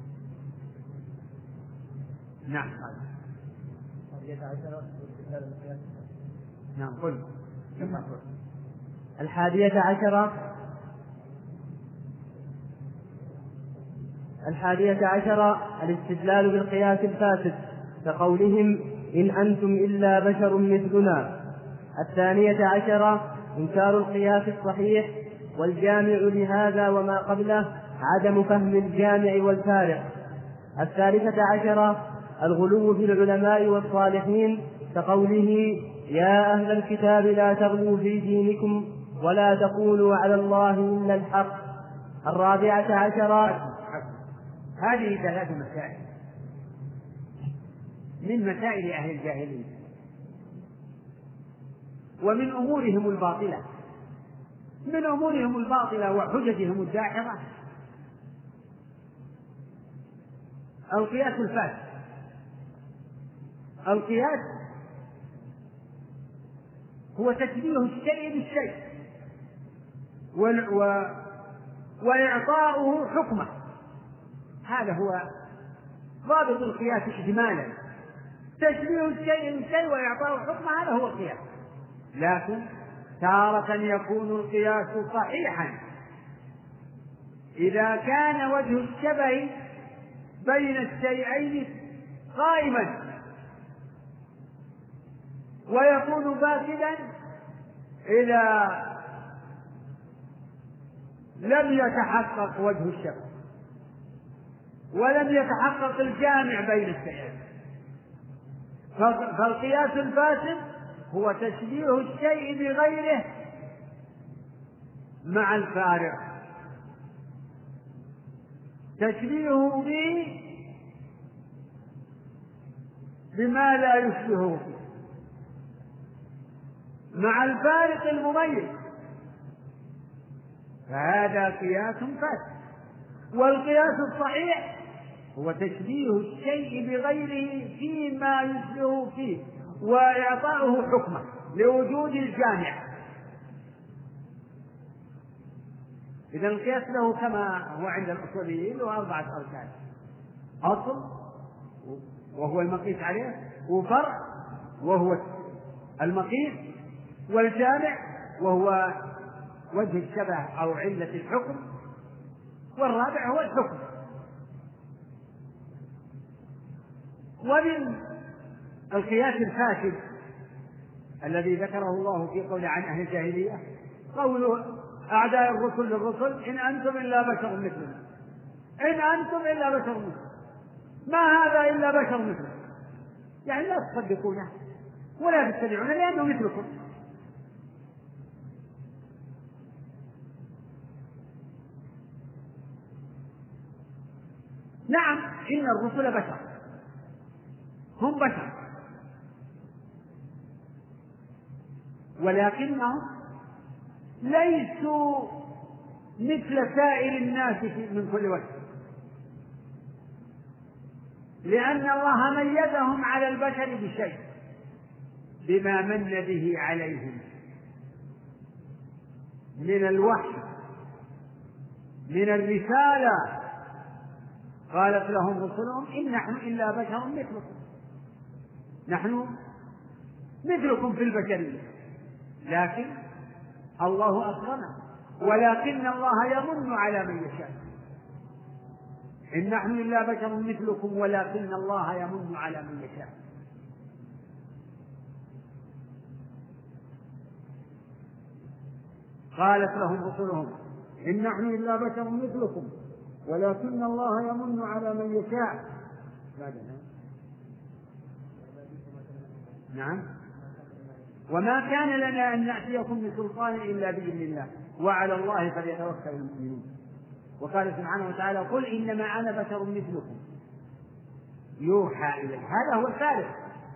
نعم. نعم قل. الحادية عشرة الحادية عشرة الاستدلال بالقياس الفاسد كقولهم إن أنتم إلا بشر مثلنا. الثانية عشرة إنكار القياس الصحيح والجامع لهذا وما قبله عدم فهم الجامع والفارق. الثالثة عشرة الغلو في العلماء والصالحين كقوله يا أهل الكتاب لا تغلوا في دينكم ولا تقولوا على الله إلا الحق. الرابعة عشرة هذه ثلاث مسائل من مسائل أهل الجاهلية ومن أمورهم الباطلة من أمورهم الباطلة وحججهم الداحضة القياس الفاسد. القياس هو تشبيه الشيء بالشيء وإعطاؤه حكمه. هذا هو ضابط القياس إجمالا، تشبيه الشيء بالشيء وإعطاؤه حكمه، هذا هو القياس. لكن تارة يكون القياس صحيحا إذا كان وجه الشبه بين الشيئين قائما، ويكون فاسدا إذا لم يتحقق وجه الشبه ولم يتحقق الجامع بين الشيئين. فالقياس الفاسد هو تشبيه الشيء بغيره مع الفارق، تشبيهه به بما لا يشبهه فيه مع الفارق المميز، فهذا قياس فاسد. والقياس الصحيح هو تشبيه الشيء بغيره فيما يشبهه فيه وإعطاؤه حكمه لوجود الجامع. إذا القياس له كما هو عند الأصوليين له أربعة أركان: أصل وهو المقيس عليه، وفرع وهو المقيس، والجامع وهو وجه الشبه أو علة الحكم، والرابع هو الحكم. ومن القياس الفاسد الذي ذكره الله في قول عن أهل الجاهلية قوله أعداء الرسل للرسل إن أنتم إلا بشر مثلنا، إن أنتم إلا بشر مثلنا، ما هذا إلا بشر مثلنا، يعني لا تصدقونه ولا تتبعونه لأنه مثلكم. نعم إن الرسل بشر، هم بشر، ولكنهم ليسوا مثل سائر الناس من كل وجه، لأن الله ميزهم على البشر بشيء بما من به عليهم من الوحي، من الرسالة. قالت لهم رسلهم إن نحن إلا بشر مثلكم، نحن مثلكم في البشرية، لكن الله أكرمنا، ولكن الله يمن على من يشاء. إن نحن إلا بشر مثلكم ولكن الله يمن على من يشاء. قالت لهم رسلهم إن نحن إلا بشر مثلكم ولكن الله يمن على من يشاء. نعم. وما كان لنا أن نأتيكم بسلطان إلا بإذن الله وعلى الله فليتوكل المؤمنون. وقال سبحانه وتعالى قل إنما أنا بشر مثلكم يوحى إلي. هذا هو الفارق.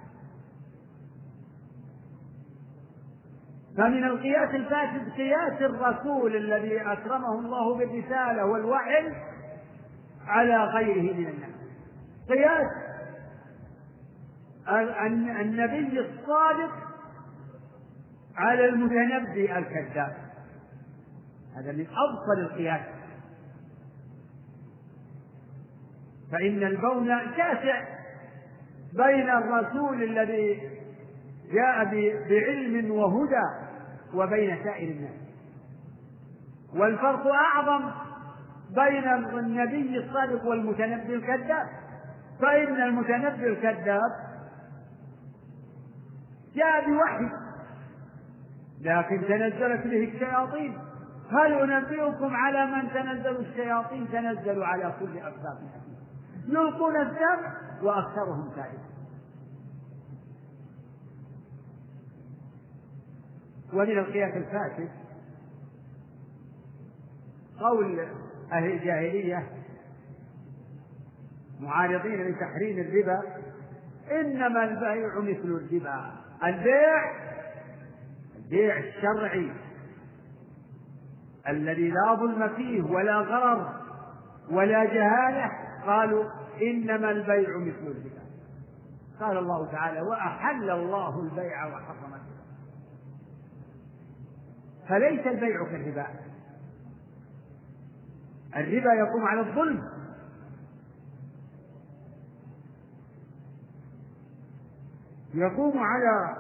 فمن القياس الفاسد قياس الرسول الذي أكرمه الله بالرسالة والوحي على غيره من الناس، قياس النبي الصادق على المتنبي الكذاب. هذا من أبطل القياس، فإن البون شاسع بين الرسول الذي جاء بعلم وهدى وبين سائر الناس، والفرق أعظم بين النبي الصادق والمتنبي الكذاب. فإن المتنبي الكذاب جاء بوحي لكن تنزلت به الشياطين. هل أنبئكم على من تنزل الشياطين؟ تنزل على كل أفاك أثيم يلقون السمع وأكثرهم كاذبون. ومن القياس الفاسد قول أهل الجاهلية معارضين لتحريم الربا: إنما البيع مثل الربا. البيع البيع الشرعي الذي لا ظلم فيه ولا غرر ولا جهالة، قالوا إنما البيع مثل الربا. قال الله تعالى: وأحل الله البيع وحرم الربا. فليس البيع كالربا. الربا يقوم على الظلم، يقوم على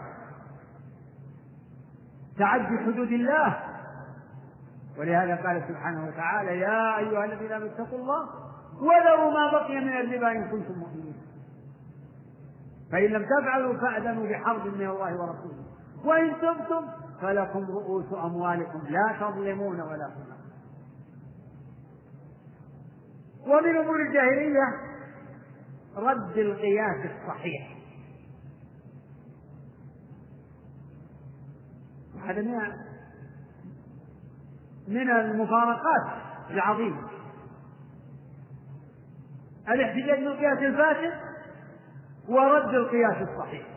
تعدي حدود الله. ولهذا قال سبحانه وتعالى: يا أيها الذين آمنوا اتقوا الله وذروا ما بقي من الربا إن كنتم مؤمنين، فإن لم تفعلوا فأذنوا بحرب من الله ورسوله، وإن تبتم فلكم رؤوس أموالكم لا تظلمون ولا تظلمون. ومن أمور الجاهلية رد القياس الصحيح. هذا من المفارقات العظيمة، الاحتجاج بالقياس الفاسد ورد القياس الصحيح.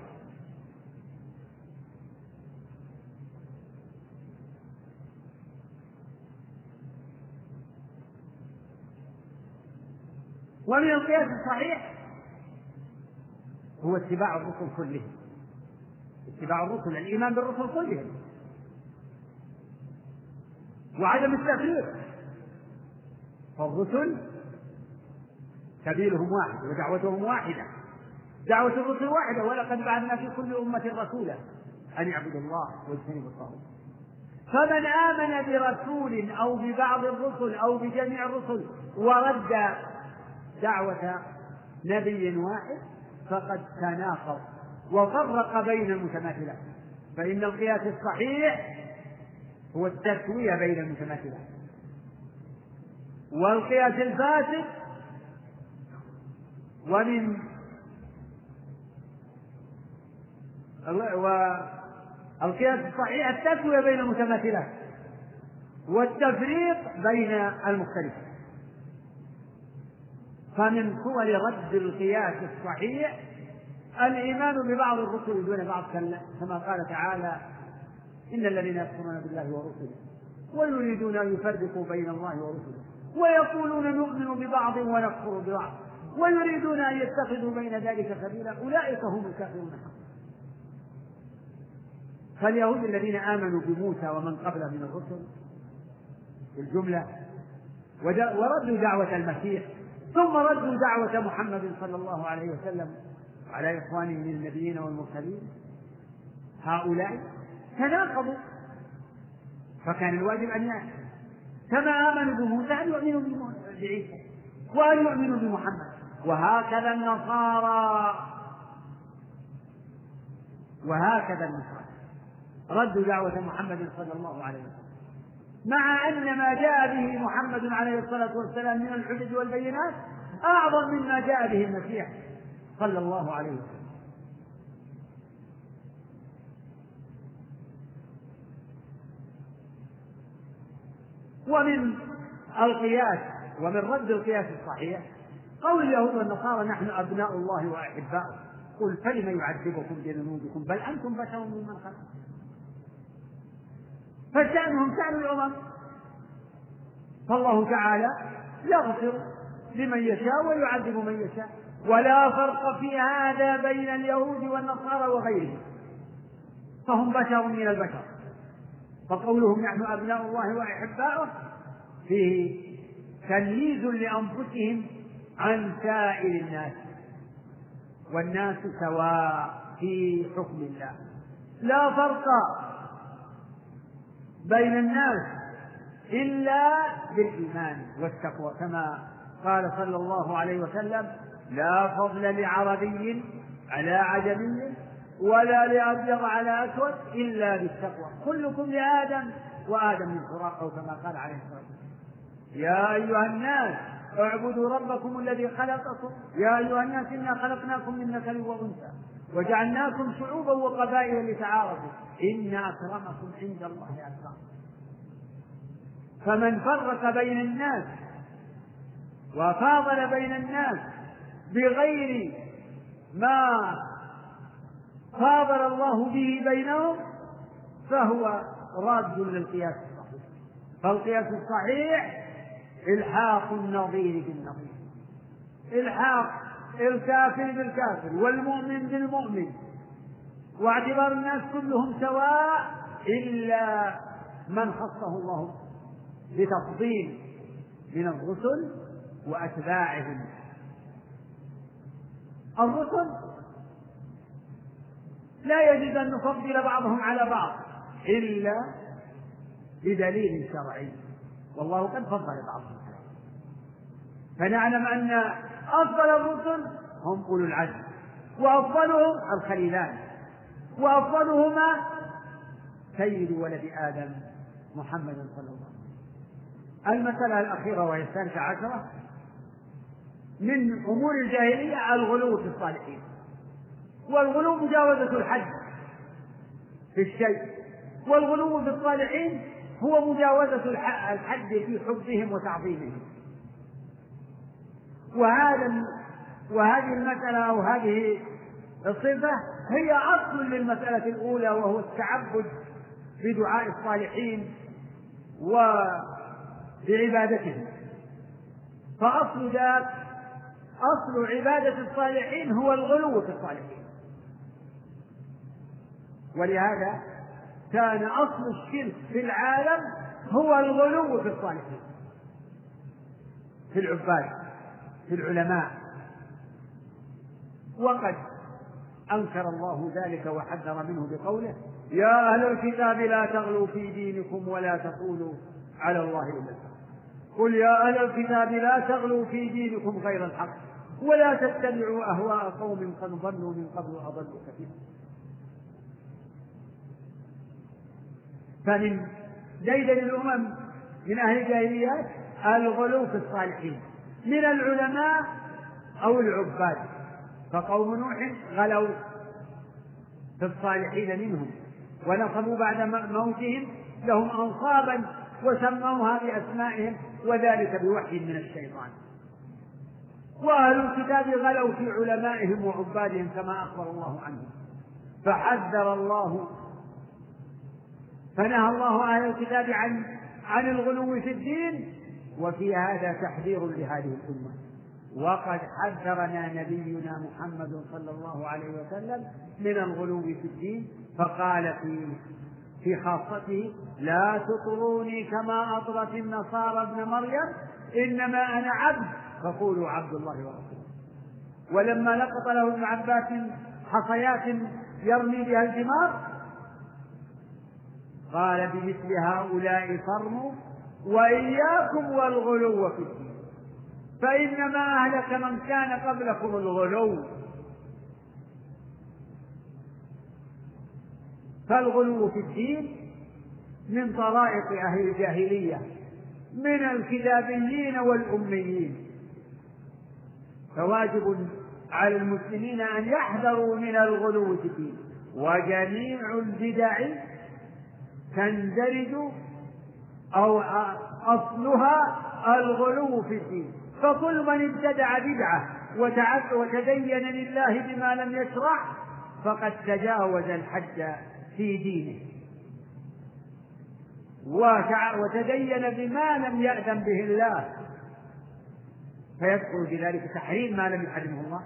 ومن القياس الصحيح هو اتباع الرسل كلهم، اتباع الرسل، الإيمان بالرسل كلهم وعدم التفريق. فالرسل سبيلهم واحد ودعوتهم واحدة، دعوة الرسل واحدة: ولقد بعثنا في كل أمة رسولا أن يعبدوا الله واجتنبوا الطاغوت. فمن آمن برسول أو ببعض الرسل أو بجميع الرسل ورد دعوة نبي واحد فقد تناقض وفرق بين المتماثلات. فإن القياس الصحيح هو التسوية بين المتماثلات، والقياس الفاسد ومن والقياس الصحيح التسوية بين المتماثلات والتفريق بين المختلفين. فمن صور رد القياس الصحيح الإيمان ببعض الرسل دون بعض، كما قال تعالى: إن الذين يكفرون بالله ورسله ويريدون أن يفرقوا بين الله ورسله ويقولون نؤمن ببعض ونكفر ببعض ويريدون أن يتخذوا بين ذلك سبيلا أولئك هم الكافرون حقا. فاليهود الذين آمنوا بموسى ومن قبله من الرسل الجملة وردوا دعوة المسيح، ثم ردوا دعوة محمد صلى الله عليه وسلم وعلى إخوانه من النبيين والمرسلين، هؤلاء تناقضوا. فكان الواجب أن يأتي كما آمنوا بموسى أن يؤمنوا بعيسى وأن يؤمنوا بمحمد. وهكذا النصارى وهكذا النصارى ردوا دعوة محمد صلى الله عليه وسلم، مع أن ما جاء به محمد عليه الصلاة والسلام من الحجج والبينات أعظم مما جاء به المسيح صلى الله عليه وسلم. ومن القياس ومن رد القياس الصحيح قول اليهود والنصارى: نحن أبناء الله وأحباؤه. قل فلم يعذبكم بذنوبكم بل أنتم بشر ممن خلق. فشأنهم شأن الأمم، فالله تعالى يغفر لمن يشاء ويعذب من يشاء. ولا فرق في هذا بين اليهود والنصارى وغيرهم، فهم بشر من البشر، فقولهم نحن أبناء الله وأحباؤه فيه تمييز لأنفسهم عن سائر الناس، والناس سواء في حكم الله، لا فرق بين الناس إلا بالإيمان والتقوى، كما قال صلى الله عليه وسلم: لا فضل لعربي على عجمي ولا لأبيض على أسود إلا بالتقوى، كلكم لآدم وآدم من تراب، أو كما قال عليه الصلاة والسلام: يا أيها الناس اعبدوا ربكم الذي خلقكم، يا أيها الناس إنا خلقناكم من ذكر وأنثى وجعلناكم شعوبا وقبائل لتعارفوا إن أكرمكم عند الله أتقاكم. فمن فرق بين الناس وفاضل بين الناس بغير ما فاضل الله به بينهم فهو راد للقياس الصحيح، فالقياس الصحيح إلحاق النظير بالنظير، إلحاق الكافر بالكافر والمؤمن بالمؤمن، واعتبار الناس كلهم سواء إلا من خصه الله بتفضيل من الرسل وأتباعهم. الرسل لا يجوز أن نفضل بعضهم على بعض إلا بدليل شرعي، والله قد فضل بعضهم على بعض، فنعلم أن أفضل الرسل هم أولو العزم، وأفضلهم الخليلان، وأفضلهما سيد ولد آدم محمد صلى الله عليه وسلم. المسألة الأخيرة وهي الثالثة عشرة من أمور الجاهلية الغلو في الصالحين، والغلو مجاوزة الحد في الشيء، والغلو في الصالحين هو مجاوزة الحد في حبهم وتعظيمهم. وهذا وهذه المسألة أو هذه الصفة هي أصل للمسألة الأولى، وهو التعبد بدعاء الصالحين وبعبادتهم. فأصل ذات أصل عبادة الصالحين هو الغلو في الصالحين، ولهذا كان أصل الشرك في العالم هو الغلو في الصالحين، في العباد، في العلماء. وقد أنكر الله ذلك وحذر منه بقوله: يا أهل الكتاب لا تغلوا في دينكم ولا تقولوا على الله إلا الحق، قل يا أهل الكتاب لا تغلوا في دينكم غير الحق ولا تتبعوا أهواء قوم قد ضلوا من قبل وأضلوا كثيرا. فمن ديدن الأمم من أهل الجاهليات الغلو في الصالحين من العلماء أو العباد، فقوم نوح غلوا في الصالحين منهم ونصبوا بعد موتهم لهم أنصابا وسموها بأسمائهم وذلك بوحي من الشيطان. وأهل الكتاب غلوا في علمائهم وعبادهم كما أخبر الله عنهم، فحذر الله فنهى الله أهل الكتاب عن عن الغلو في الدين، وفي هذا تحذير لهذه الأمة. وقد حذرنا نبينا محمد صلى الله عليه وسلم من الغلو في الدين، فقال في في خاصته: لا تطروني كما أطرت النصارى ابن مريم إنما أنا عبد فقولوا عبد الله ورسوله. ولما لقط له ابن عباس حصيات يرمي بها الجمار قال: بمثل هؤلاء فرموا وإياكم والغلو في الدين فإنما أهلك من كان قبلكم الغلو. فالغلو في الدين من طرائق أهل الجاهلية من الكتابيين والأميين، فواجب على المسلمين أن يحذروا من الغلو في الدين. وجميع البدع تندرج أو أصلها الغلو في الدين، فكل من ابتدع بدعة وتدين لله بما لم يشرع فقد تجاوز الحد في دينه وتدين بما لم يأذن به الله، فيدخل بذلك تحريم ما لم يحرمه الله،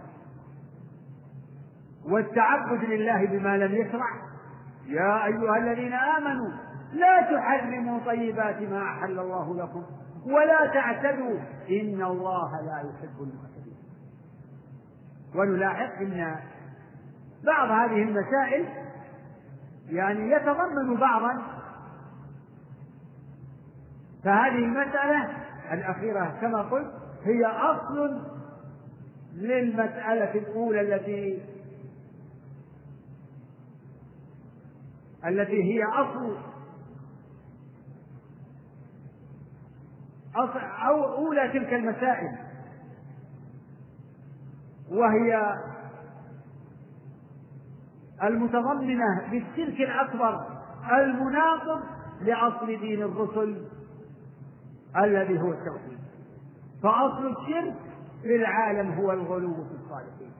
والتعبد لله بما لم يشرع. يا أيها الذين آمنوا لا تحرموا طيبات ما أحل الله لكم ولا تعتدوا إن الله لا يحب المعتدين. ونلاحظ أن بعض هذه المسائل يعني يتضمن بعضا، فهذه المسألة الأخيرة كما قلت هي أصل للمسألة الأولى التي التي هي أصل أو أولى تلك المسائل، وهي المتضمنة بالشرك الأكبر المناقض لأصل دين الرسل الذي هو التوحيد. فأصل الشرك في العالم هو الغلو في الصالحين،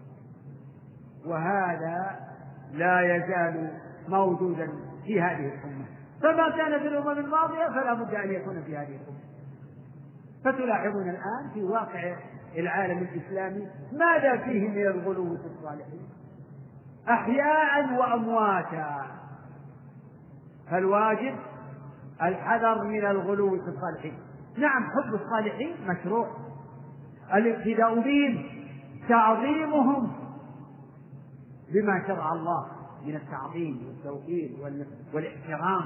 وهذا لا يزال موجودا في هذه الأمة، فما كان في الأمم الماضية فلا بد أن يكون في هذه الأمة. فتلاحظون الآن في واقع العالم الإسلامي ماذا فيه من الغلو في الصالحين أحياء وأمواتا. فالواجب الحذر من الغلو في الصالحين. نعم، حب الصالحين مشروع، الاقتداء بهم، تعظيمهم بما شرع الله من التعظيم والتوقير والاحترام.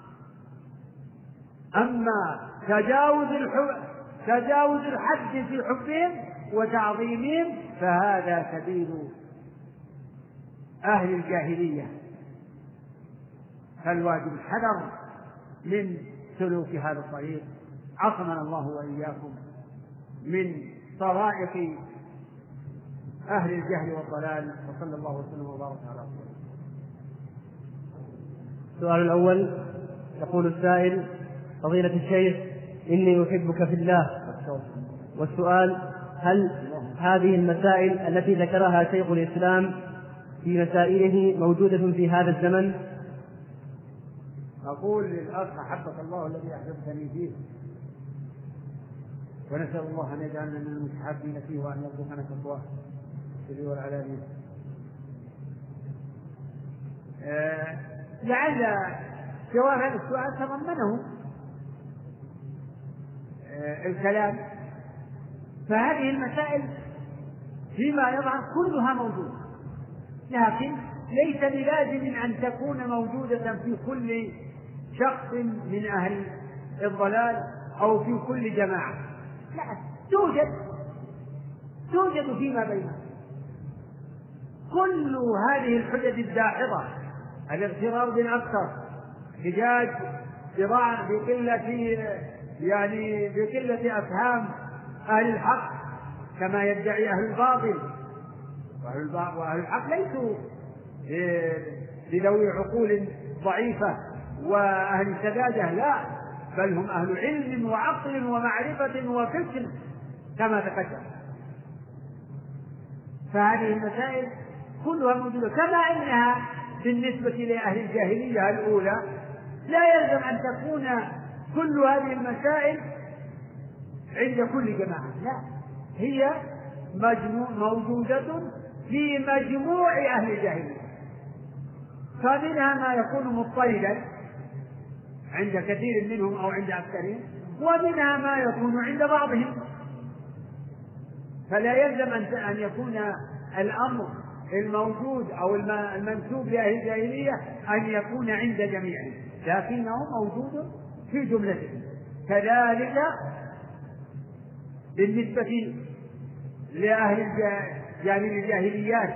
أما تجاوز الحب تجاوز الحد في حبهم وتعظيمهم فهذا سبيل أهل الجاهلية. فالواجب الحذر من سلوك هذا الطريق. عصمنا الله وإياكم من طرائق أهل الجهل والضلال، وصلى الله وسلم وبارك على رسوله. السؤال الأول يقول السائل: فضيلة الشيخ، إني أحبك في الله. والسؤال: هل هذه المسائل التي ذكرها شيخ الإسلام في مسائله موجودة في هذا الزمن؟ أقول للأخ: أحبك الله الذي أحببتني فيه، ونسأل الله أن يجعلنا من المتحابين فيه وأن يرزقنا تقواه في السر والعلانية. آه لعل جواب هذا السؤال تضمنه آه الكلام. فهذه المسائل فيما يظهر كلها موجودة، لكن ليس بلازم أن تكون موجودة في كل شخص من أهل الضلال أو في كل جماعة، لا، توجد توجد فيما بينهم. كل هذه الحجج الداحضة، الاغترار بالأكثر، احتجاج بقلة يعني بقلة أفهام أهل الحق كما يدعي أهل الباطل، وأهل الحق ليسوا لذوي عقول ضعيفة وأهل سذاجة، لا، بل هم أهل علم وعقل ومعرفة وفكر كما تقدم. فهذه المسائل كلها موجودة، كما أنها بالنسبة لأهل الجاهلية الأولى لا يلزم أن تكون كل هذه المسائل عند كل جماعة، لا، هي مجموع موجودة في مجموع أهل الجاهلية. فمنها ما يكون مضطردا عند كثير منهم أو عند أكثرهم، ومنها ما يكون عند بعضهم. فلا يلزم أن يكون الأمر الموجود أو المنسوب لأهل الجاهلية أن يكون عند جميعهم، لكنه موجود في جملته. كذلك بالنسبة لأهل يعني الجاهليات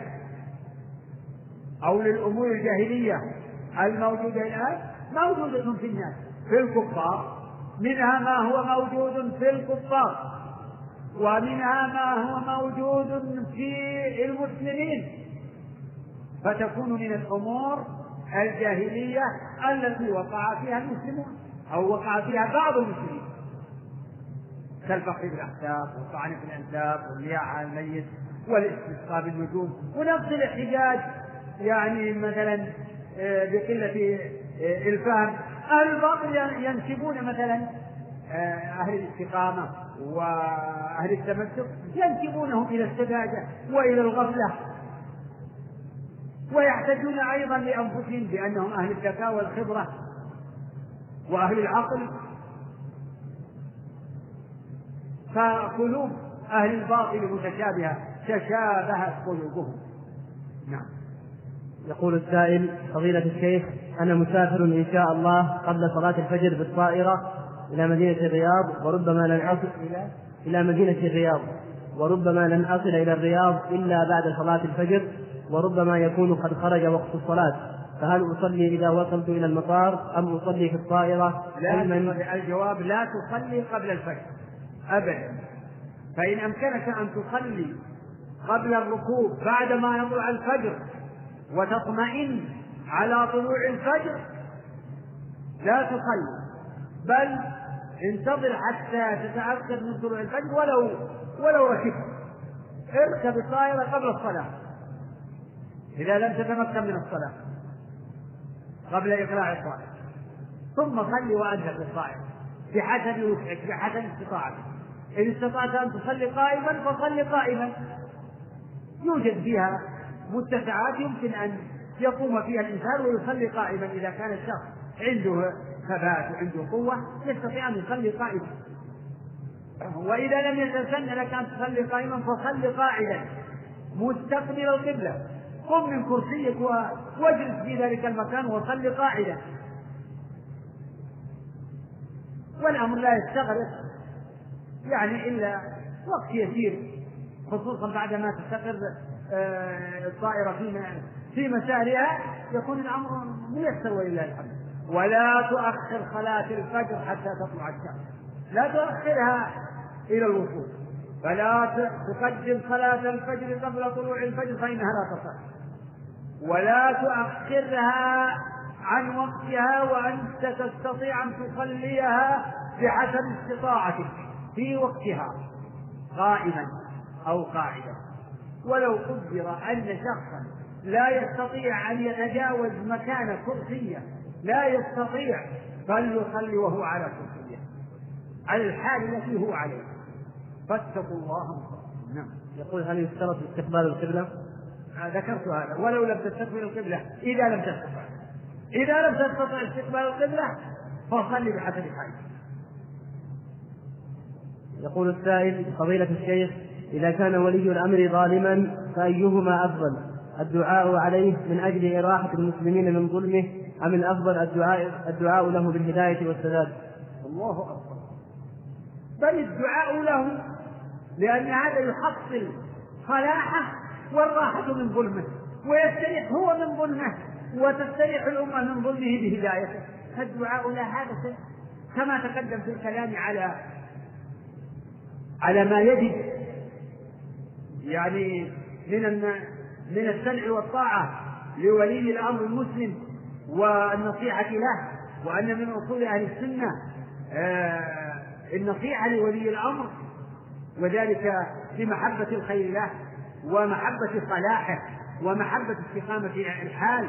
أو للأمور الجاهلية الموجودة الآن موجودة في الناس، في الكفار، منها ما هو موجود في الكفار، ومنها ما هو موجود في المسلمين، فتكون من الأمور الجاهلية التي وقع فيها المسلمون أو وقع فيها بعض المسلمين، كالفخر بالأحساب والطعن في الأنساب والمياع على الميت والاستسقاء بالنجوم ونفس الاحتجاج يعني مثلا بقلة الفهم. أهل الباطل ينسبون مثلا أهل الاستقامة وأهل التمسك ينسبونهم إلى السذاجة وإلى الغفلة، ويحتجون أيضا لأنفسهم بأنهم أهل الذكاء والخبرة وأهل العقل، فقلوب أهل الباطل متشابهة تشابهت قلوبهم. نعم. يقول السائل: فضيلة الشيخ، أنا مسافر إن شاء الله قبل صلاة الفجر بالطائرة إلى مدينة الرياض، وربما لن أصل إلى إلى مدينة الرياض وربما لن أصل إلى الرياض إلا بعد صلاة الفجر، وربما يكون قد خرج وقت الصلاة، فهل أصلي إذا وصلت إلى المطار أم أصلي في الطائرة؟ لا، الجواب لا تصلي قبل الفجر أبدا. فإن أمكنك أن تصلي قبل الركوب بعد ما يطلع الفجر وتطمئن على طلوع الفجر لا تصلي، بل انتظر حتى تتأكد من طلوع الفجر، ولو ولو ركبت اركب الطائرة قبل الصلاة إذا لم تتمكن من الصلاة قبل إقلاع الطائرة، ثم صلي وأنت في الطائرة بحسب وسعك بحسب استطاعتك. إن استطعت أن تصلي قائما فصل قائما، يوجد فيها متسعات يمكن أن يقوم فيها الإنسان ويصلي قائما إذا كان الشخص عنده ثبات وعنده قوة يستطيع أن يصلي قائما. وإذا لم يتسن لك أن تصلي قائما فصل قاعدا مستقبل القبلة، قم من كرسيك واجلس في ذلك المكان وصل قاعدا، والأمر لا يستغرق يعني إلا وقت يسير، خصوصا بعدما تستقر الطائرة في مسارها يكون الأمر ميسر ولله الحمد. ولا تؤخر صلاة الفجر حتى تطلع الشمس، لا تؤخرها إلى الوصول، فلا تقدم صلاة الفجر قبل طلوع الفجر فإنها لا تصح، ولا تؤخرها عن وقتها وأنت تستطيع أن تصليها بحسب استطاعتك في وقتها قائما أو قاعدا. ولو قدر أن شخصا لا يستطيع أن يتجاوز مكان كرسية لا يستطيع فليصلي وهو على كرسية على الحال التي هو عليه، فاتقوا الله. نعم. يقول: هل يشترط استقبال القبلة؟ ذكرت هذا، ولو لم تستقبل القبلة إذا لم تستطع إذا لم تستطع استقبال القبلة فصلي بحسب حالك. يقول السائل: فضيلة الشيخ، إذا كان ولي الأمر ظالما فأيهما أفضل، الدعاء عليه من أجل إراحة المسلمين من ظلمه أم الأفضل الدعاء, الدعاء له بالهداية والسداد؟ الله أكبر. بل الدعاء له، لأن هذا يحصل صلاحه والراحة من ظلمه، ويستريح هو من ظلمه وتستريح الأمة من ظلمه بهدايته. فالدعاء له هذا كما تقدم في الكلام على على ما يجب يعني من من السمع والطاعة لولي الأمر المسلم والنصيحة له، وأن من أصول أهل السنة النصيحة لولي الأمر، وذلك بمحبة الخير له ومحبة صلاحه ومحبة استقامة الحال.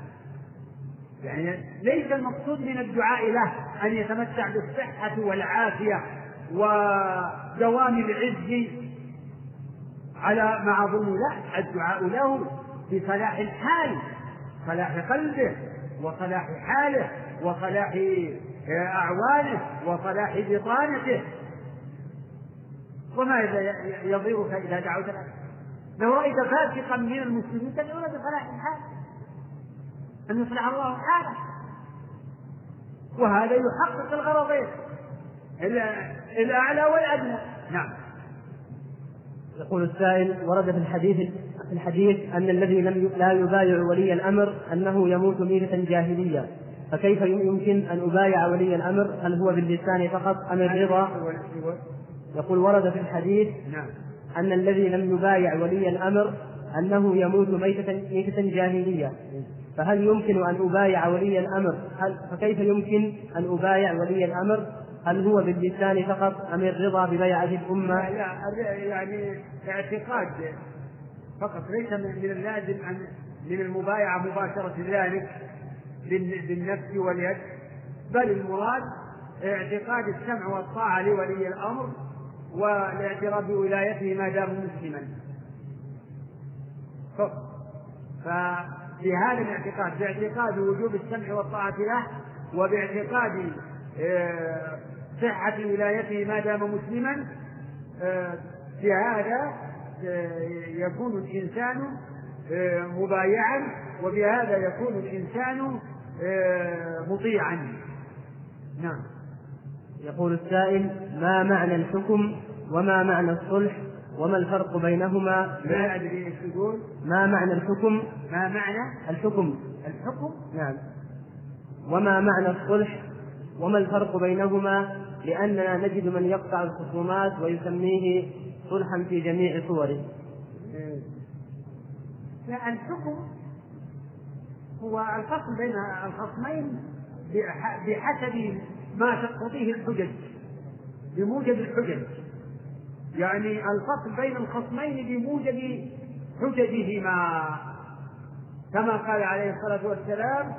يعني ليس المقصود من الدعاء له أن يتمتع بالصحة والعافية ودوام العز على مع ظلم، لا، الدعاء له بصلاح الحال، صلاح قلبه وصلاح حاله وصلاح أعوانه وصلاح بطانته. وما يضيرك إذا دعوت له؟ لو رأيت فاسقا من المسلمين تدعون بصلاح الحال أن يصلح الله حاله، وهذا يحقق الغرضين الأعلى والأدنى. نعم. يقول السائل: ورد في الحديث في الحديث أن الذي لم لا يبايع ولي الأمر أنه يموت ميتة جاهلية، فكيف يمكن أن أبايع ولي الأمر؟ هل هو باللسان فقط أم الرضا؟ يقول: ورد في الحديث أن الذي لم يبايع ولي الأمر أنه يموت ميتة, ميتة جاهلية، فهل يمكن أن أبايع ولي الأمر؟ هل فكيف يمكن أن أبايع ولي الأمر؟ هل هو باللسان فقط أم الرضا ببيعة الأمة؟ لا, لا يعني اعتقاد فقط، ليس من اللازم أن من المبايعة مباشرة ذلك بالنفس واليد، بل المراد اعتقاد السمع والطاعة لولي الأمر والاعتراف بولايته ما دام مسلما. ففي هذا الاعتقاد، باعتقاد وجوب السمع والطاعة له، وباعتقاد صحة ولايته ما دام مسلما، في هذا يكون الإنسان مبايعا، وبهذا يكون الإنسان مطيعا. نعم. يقول السائل: ما معنى الحكم وما معنى الصلح وما الفرق بينهما؟ لا أدري إيش يقول. ما معنى الحكم؟ ما معنى الحكم؟ الحكم. نعم. وما معنى الصلح وما الفرق بينهما؟ لأننا نجد من يقطع الخصومات ويسميه صلحا في جميع صوره. لا، الحكم هو الفصل بين الخصمين بحسب ما تقتضيه الحجج، بموجب الحجج، يعني الفصل بين الخصمين بموجب حججهما، كما قال عليه الصلاة والسلام: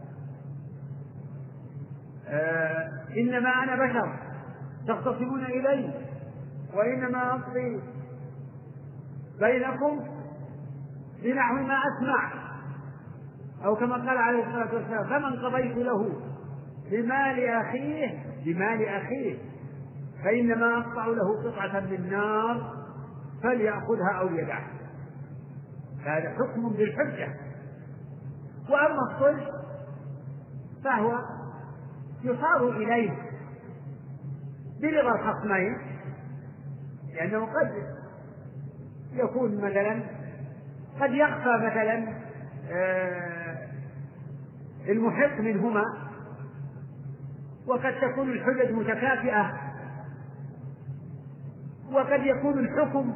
آه إنما أنا بشر تختصمون إلي وإنما أقضي بينكم بنحو ما أسمع، أو كما قال عليه الصلاة والسلام: فمن قضيت له بمال أخيه بمال أخيه فإنما أقطع له قطعة من نار فليأخذها أو يدعها. هذا حكم بالحجة. وأما الصلح فهو يصار إليه برضا الخصمين، لأنه قد يكون مثلا قد يخفى مثلا المحق منهما، وقد تكون الحجج متكافئة، وقد يكون الحكم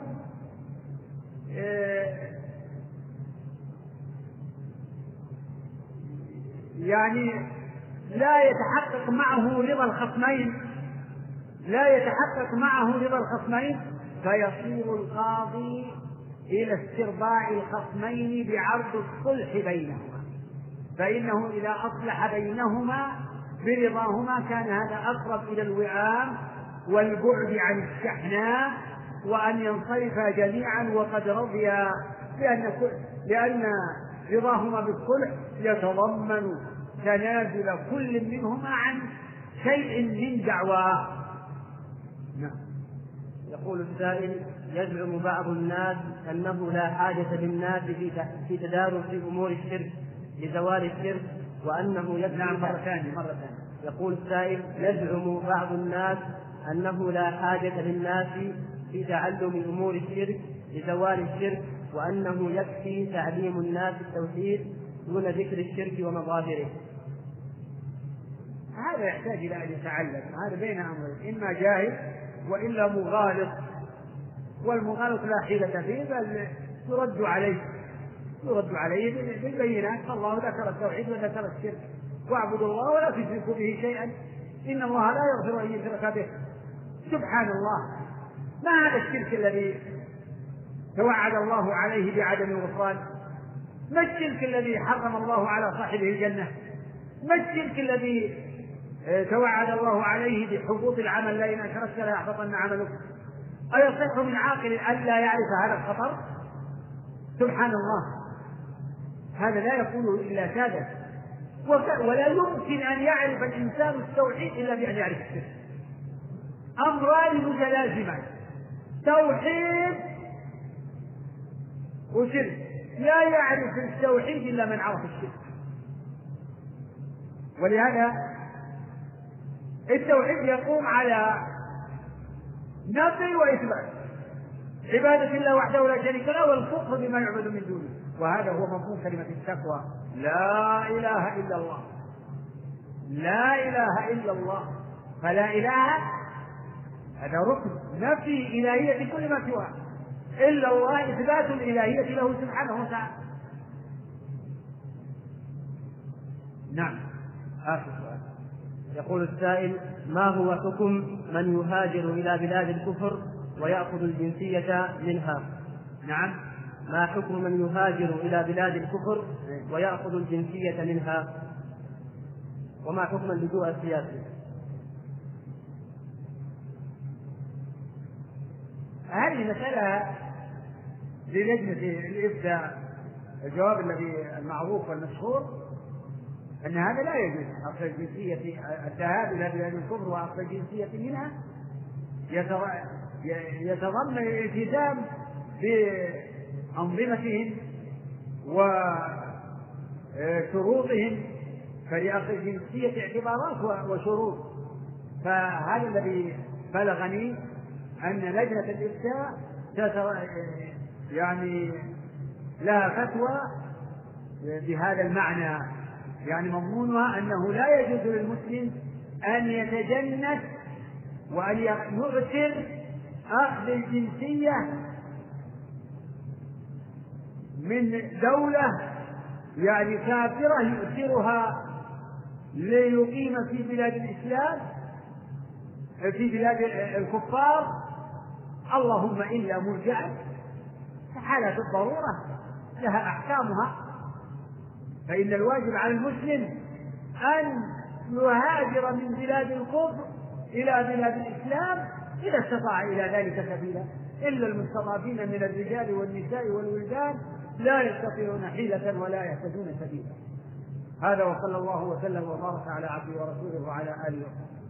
يعني لا يتحقق معه رضا الخصمين لا يتحقق معه رضا الخصمين فيصير القاضي إلى استرضاع الخصمين بعرض الصلح بينهما، فإنه إذا أصلح بينهما برضاهما كان هذا أقرب إلى الوئام والبعد عن الشحناء، وأن ينصرفا جميعا وقد رضيا، لأن, لأن رضاهما بالصلح يتضمن تنازل كل منهما عن شيء من دعواه. نعم. يقول السائل: يزعم بعض الناس أنه لا حاجة للناس في تدارس أمور الشرك لزوال الشرك، وأنه يكفي. نعم، مرة ثانية مرة ثانية. يقول السائل: يزعم بعض الناس أنه لا حاجة للناس في تعلم أمور الشرك لزوال الشرك، وأنه يكفي تعليم الناس التوحيد دون ذكر الشرك ومظاهره. هذا يحتاج إلى أن يتعلم، هذا بين أمرين: إما جاهل وإلا مغالط، والمغالط لا حيلة فيه بل يرد عليه يرد عليه بالبينات. الله ذكر التوحيد وذكر الشرك: واعبدوا الله ولا تشركوا به شيئا إن الله لا يغفر أن يشرك به. سبحان الله، ما هذا الشرك الذي توعد الله عليه بعدم الغفران؟ ما الشرك الذي حرم الله على صاحبه الجنة؟ ما الشرك الذي توعد الله عليه بحبوط العمل لئن أشركت ليحبطن عملك؟ أيصح من عاقل ألا يعرف هذا الخطر؟ سبحان الله، هذا لا يقوله إلا سادة، ولا يمكن أن يعرف الإنسان التوحيد إلا بأن يعرف الشرك. أمران متلازمان: توحيد وشرك. لا يعرف التوحيد إلا من عرف الشرك. ولهذا التوحيد يقوم على نفي وإثبات عبادة الله وحده لا شريك له، والكفر بما يعبد من دونه، وهذا هو مفهوم كلمة التقوى: لا إله إلا الله. لا إله إلا الله، فلا إله هذا ركن نفي إلهية كل ما سواه، إلا الله إثبات الإلهية له سبحانه وتعالى. نعم. آخر سؤال. يقول السائل: ما هو حكم من يهاجر إلى بلاد الكفر ويأخذ الجنسية منها؟ نعم. ما حكم من يهاجر إلى بلاد الكفر ويأخذ الجنسية منها؟ وما حكم اللجوء السياسي؟ هذه مسألة للجنة الإفتاء. الجواب الذي المعروف والمشهور أن هذا لا يجوز. أصل الجنسية الذهاب إلى بلاد الكفر وأصل الجنسية منها يتضمن الالتزام بأنظمتهم وشروطهم، فلأصل الجنسية اعتبارات وشروط. فهذا الذي بلغني أن لجنة الإفتاء يعني لها فتوى بهذا المعنى، يعني مضمونها أنه لا يجوز للمسلم أن يتجنس وأن يؤثر أخذ الجنسية من دولة يعني كافرة يؤثرها ليقيم في بلاد الإسلام في بلاد الكفار، اللهم إلا مرجعة حالة الضرورة لها أحكامها. فإن الواجب على المسلم أن يهاجر من بلاد الكفر إلى بلاد الإسلام إذا استطاع إلى ذلك سبيلا، إلا المستضعفين من الرجال والنساء والولدان لا يستطيعون حيلة ولا يهتدون سبيلا. هذا وصلى الله وسلم وبارك على عبده ورسوله وعلى آله وصحبه.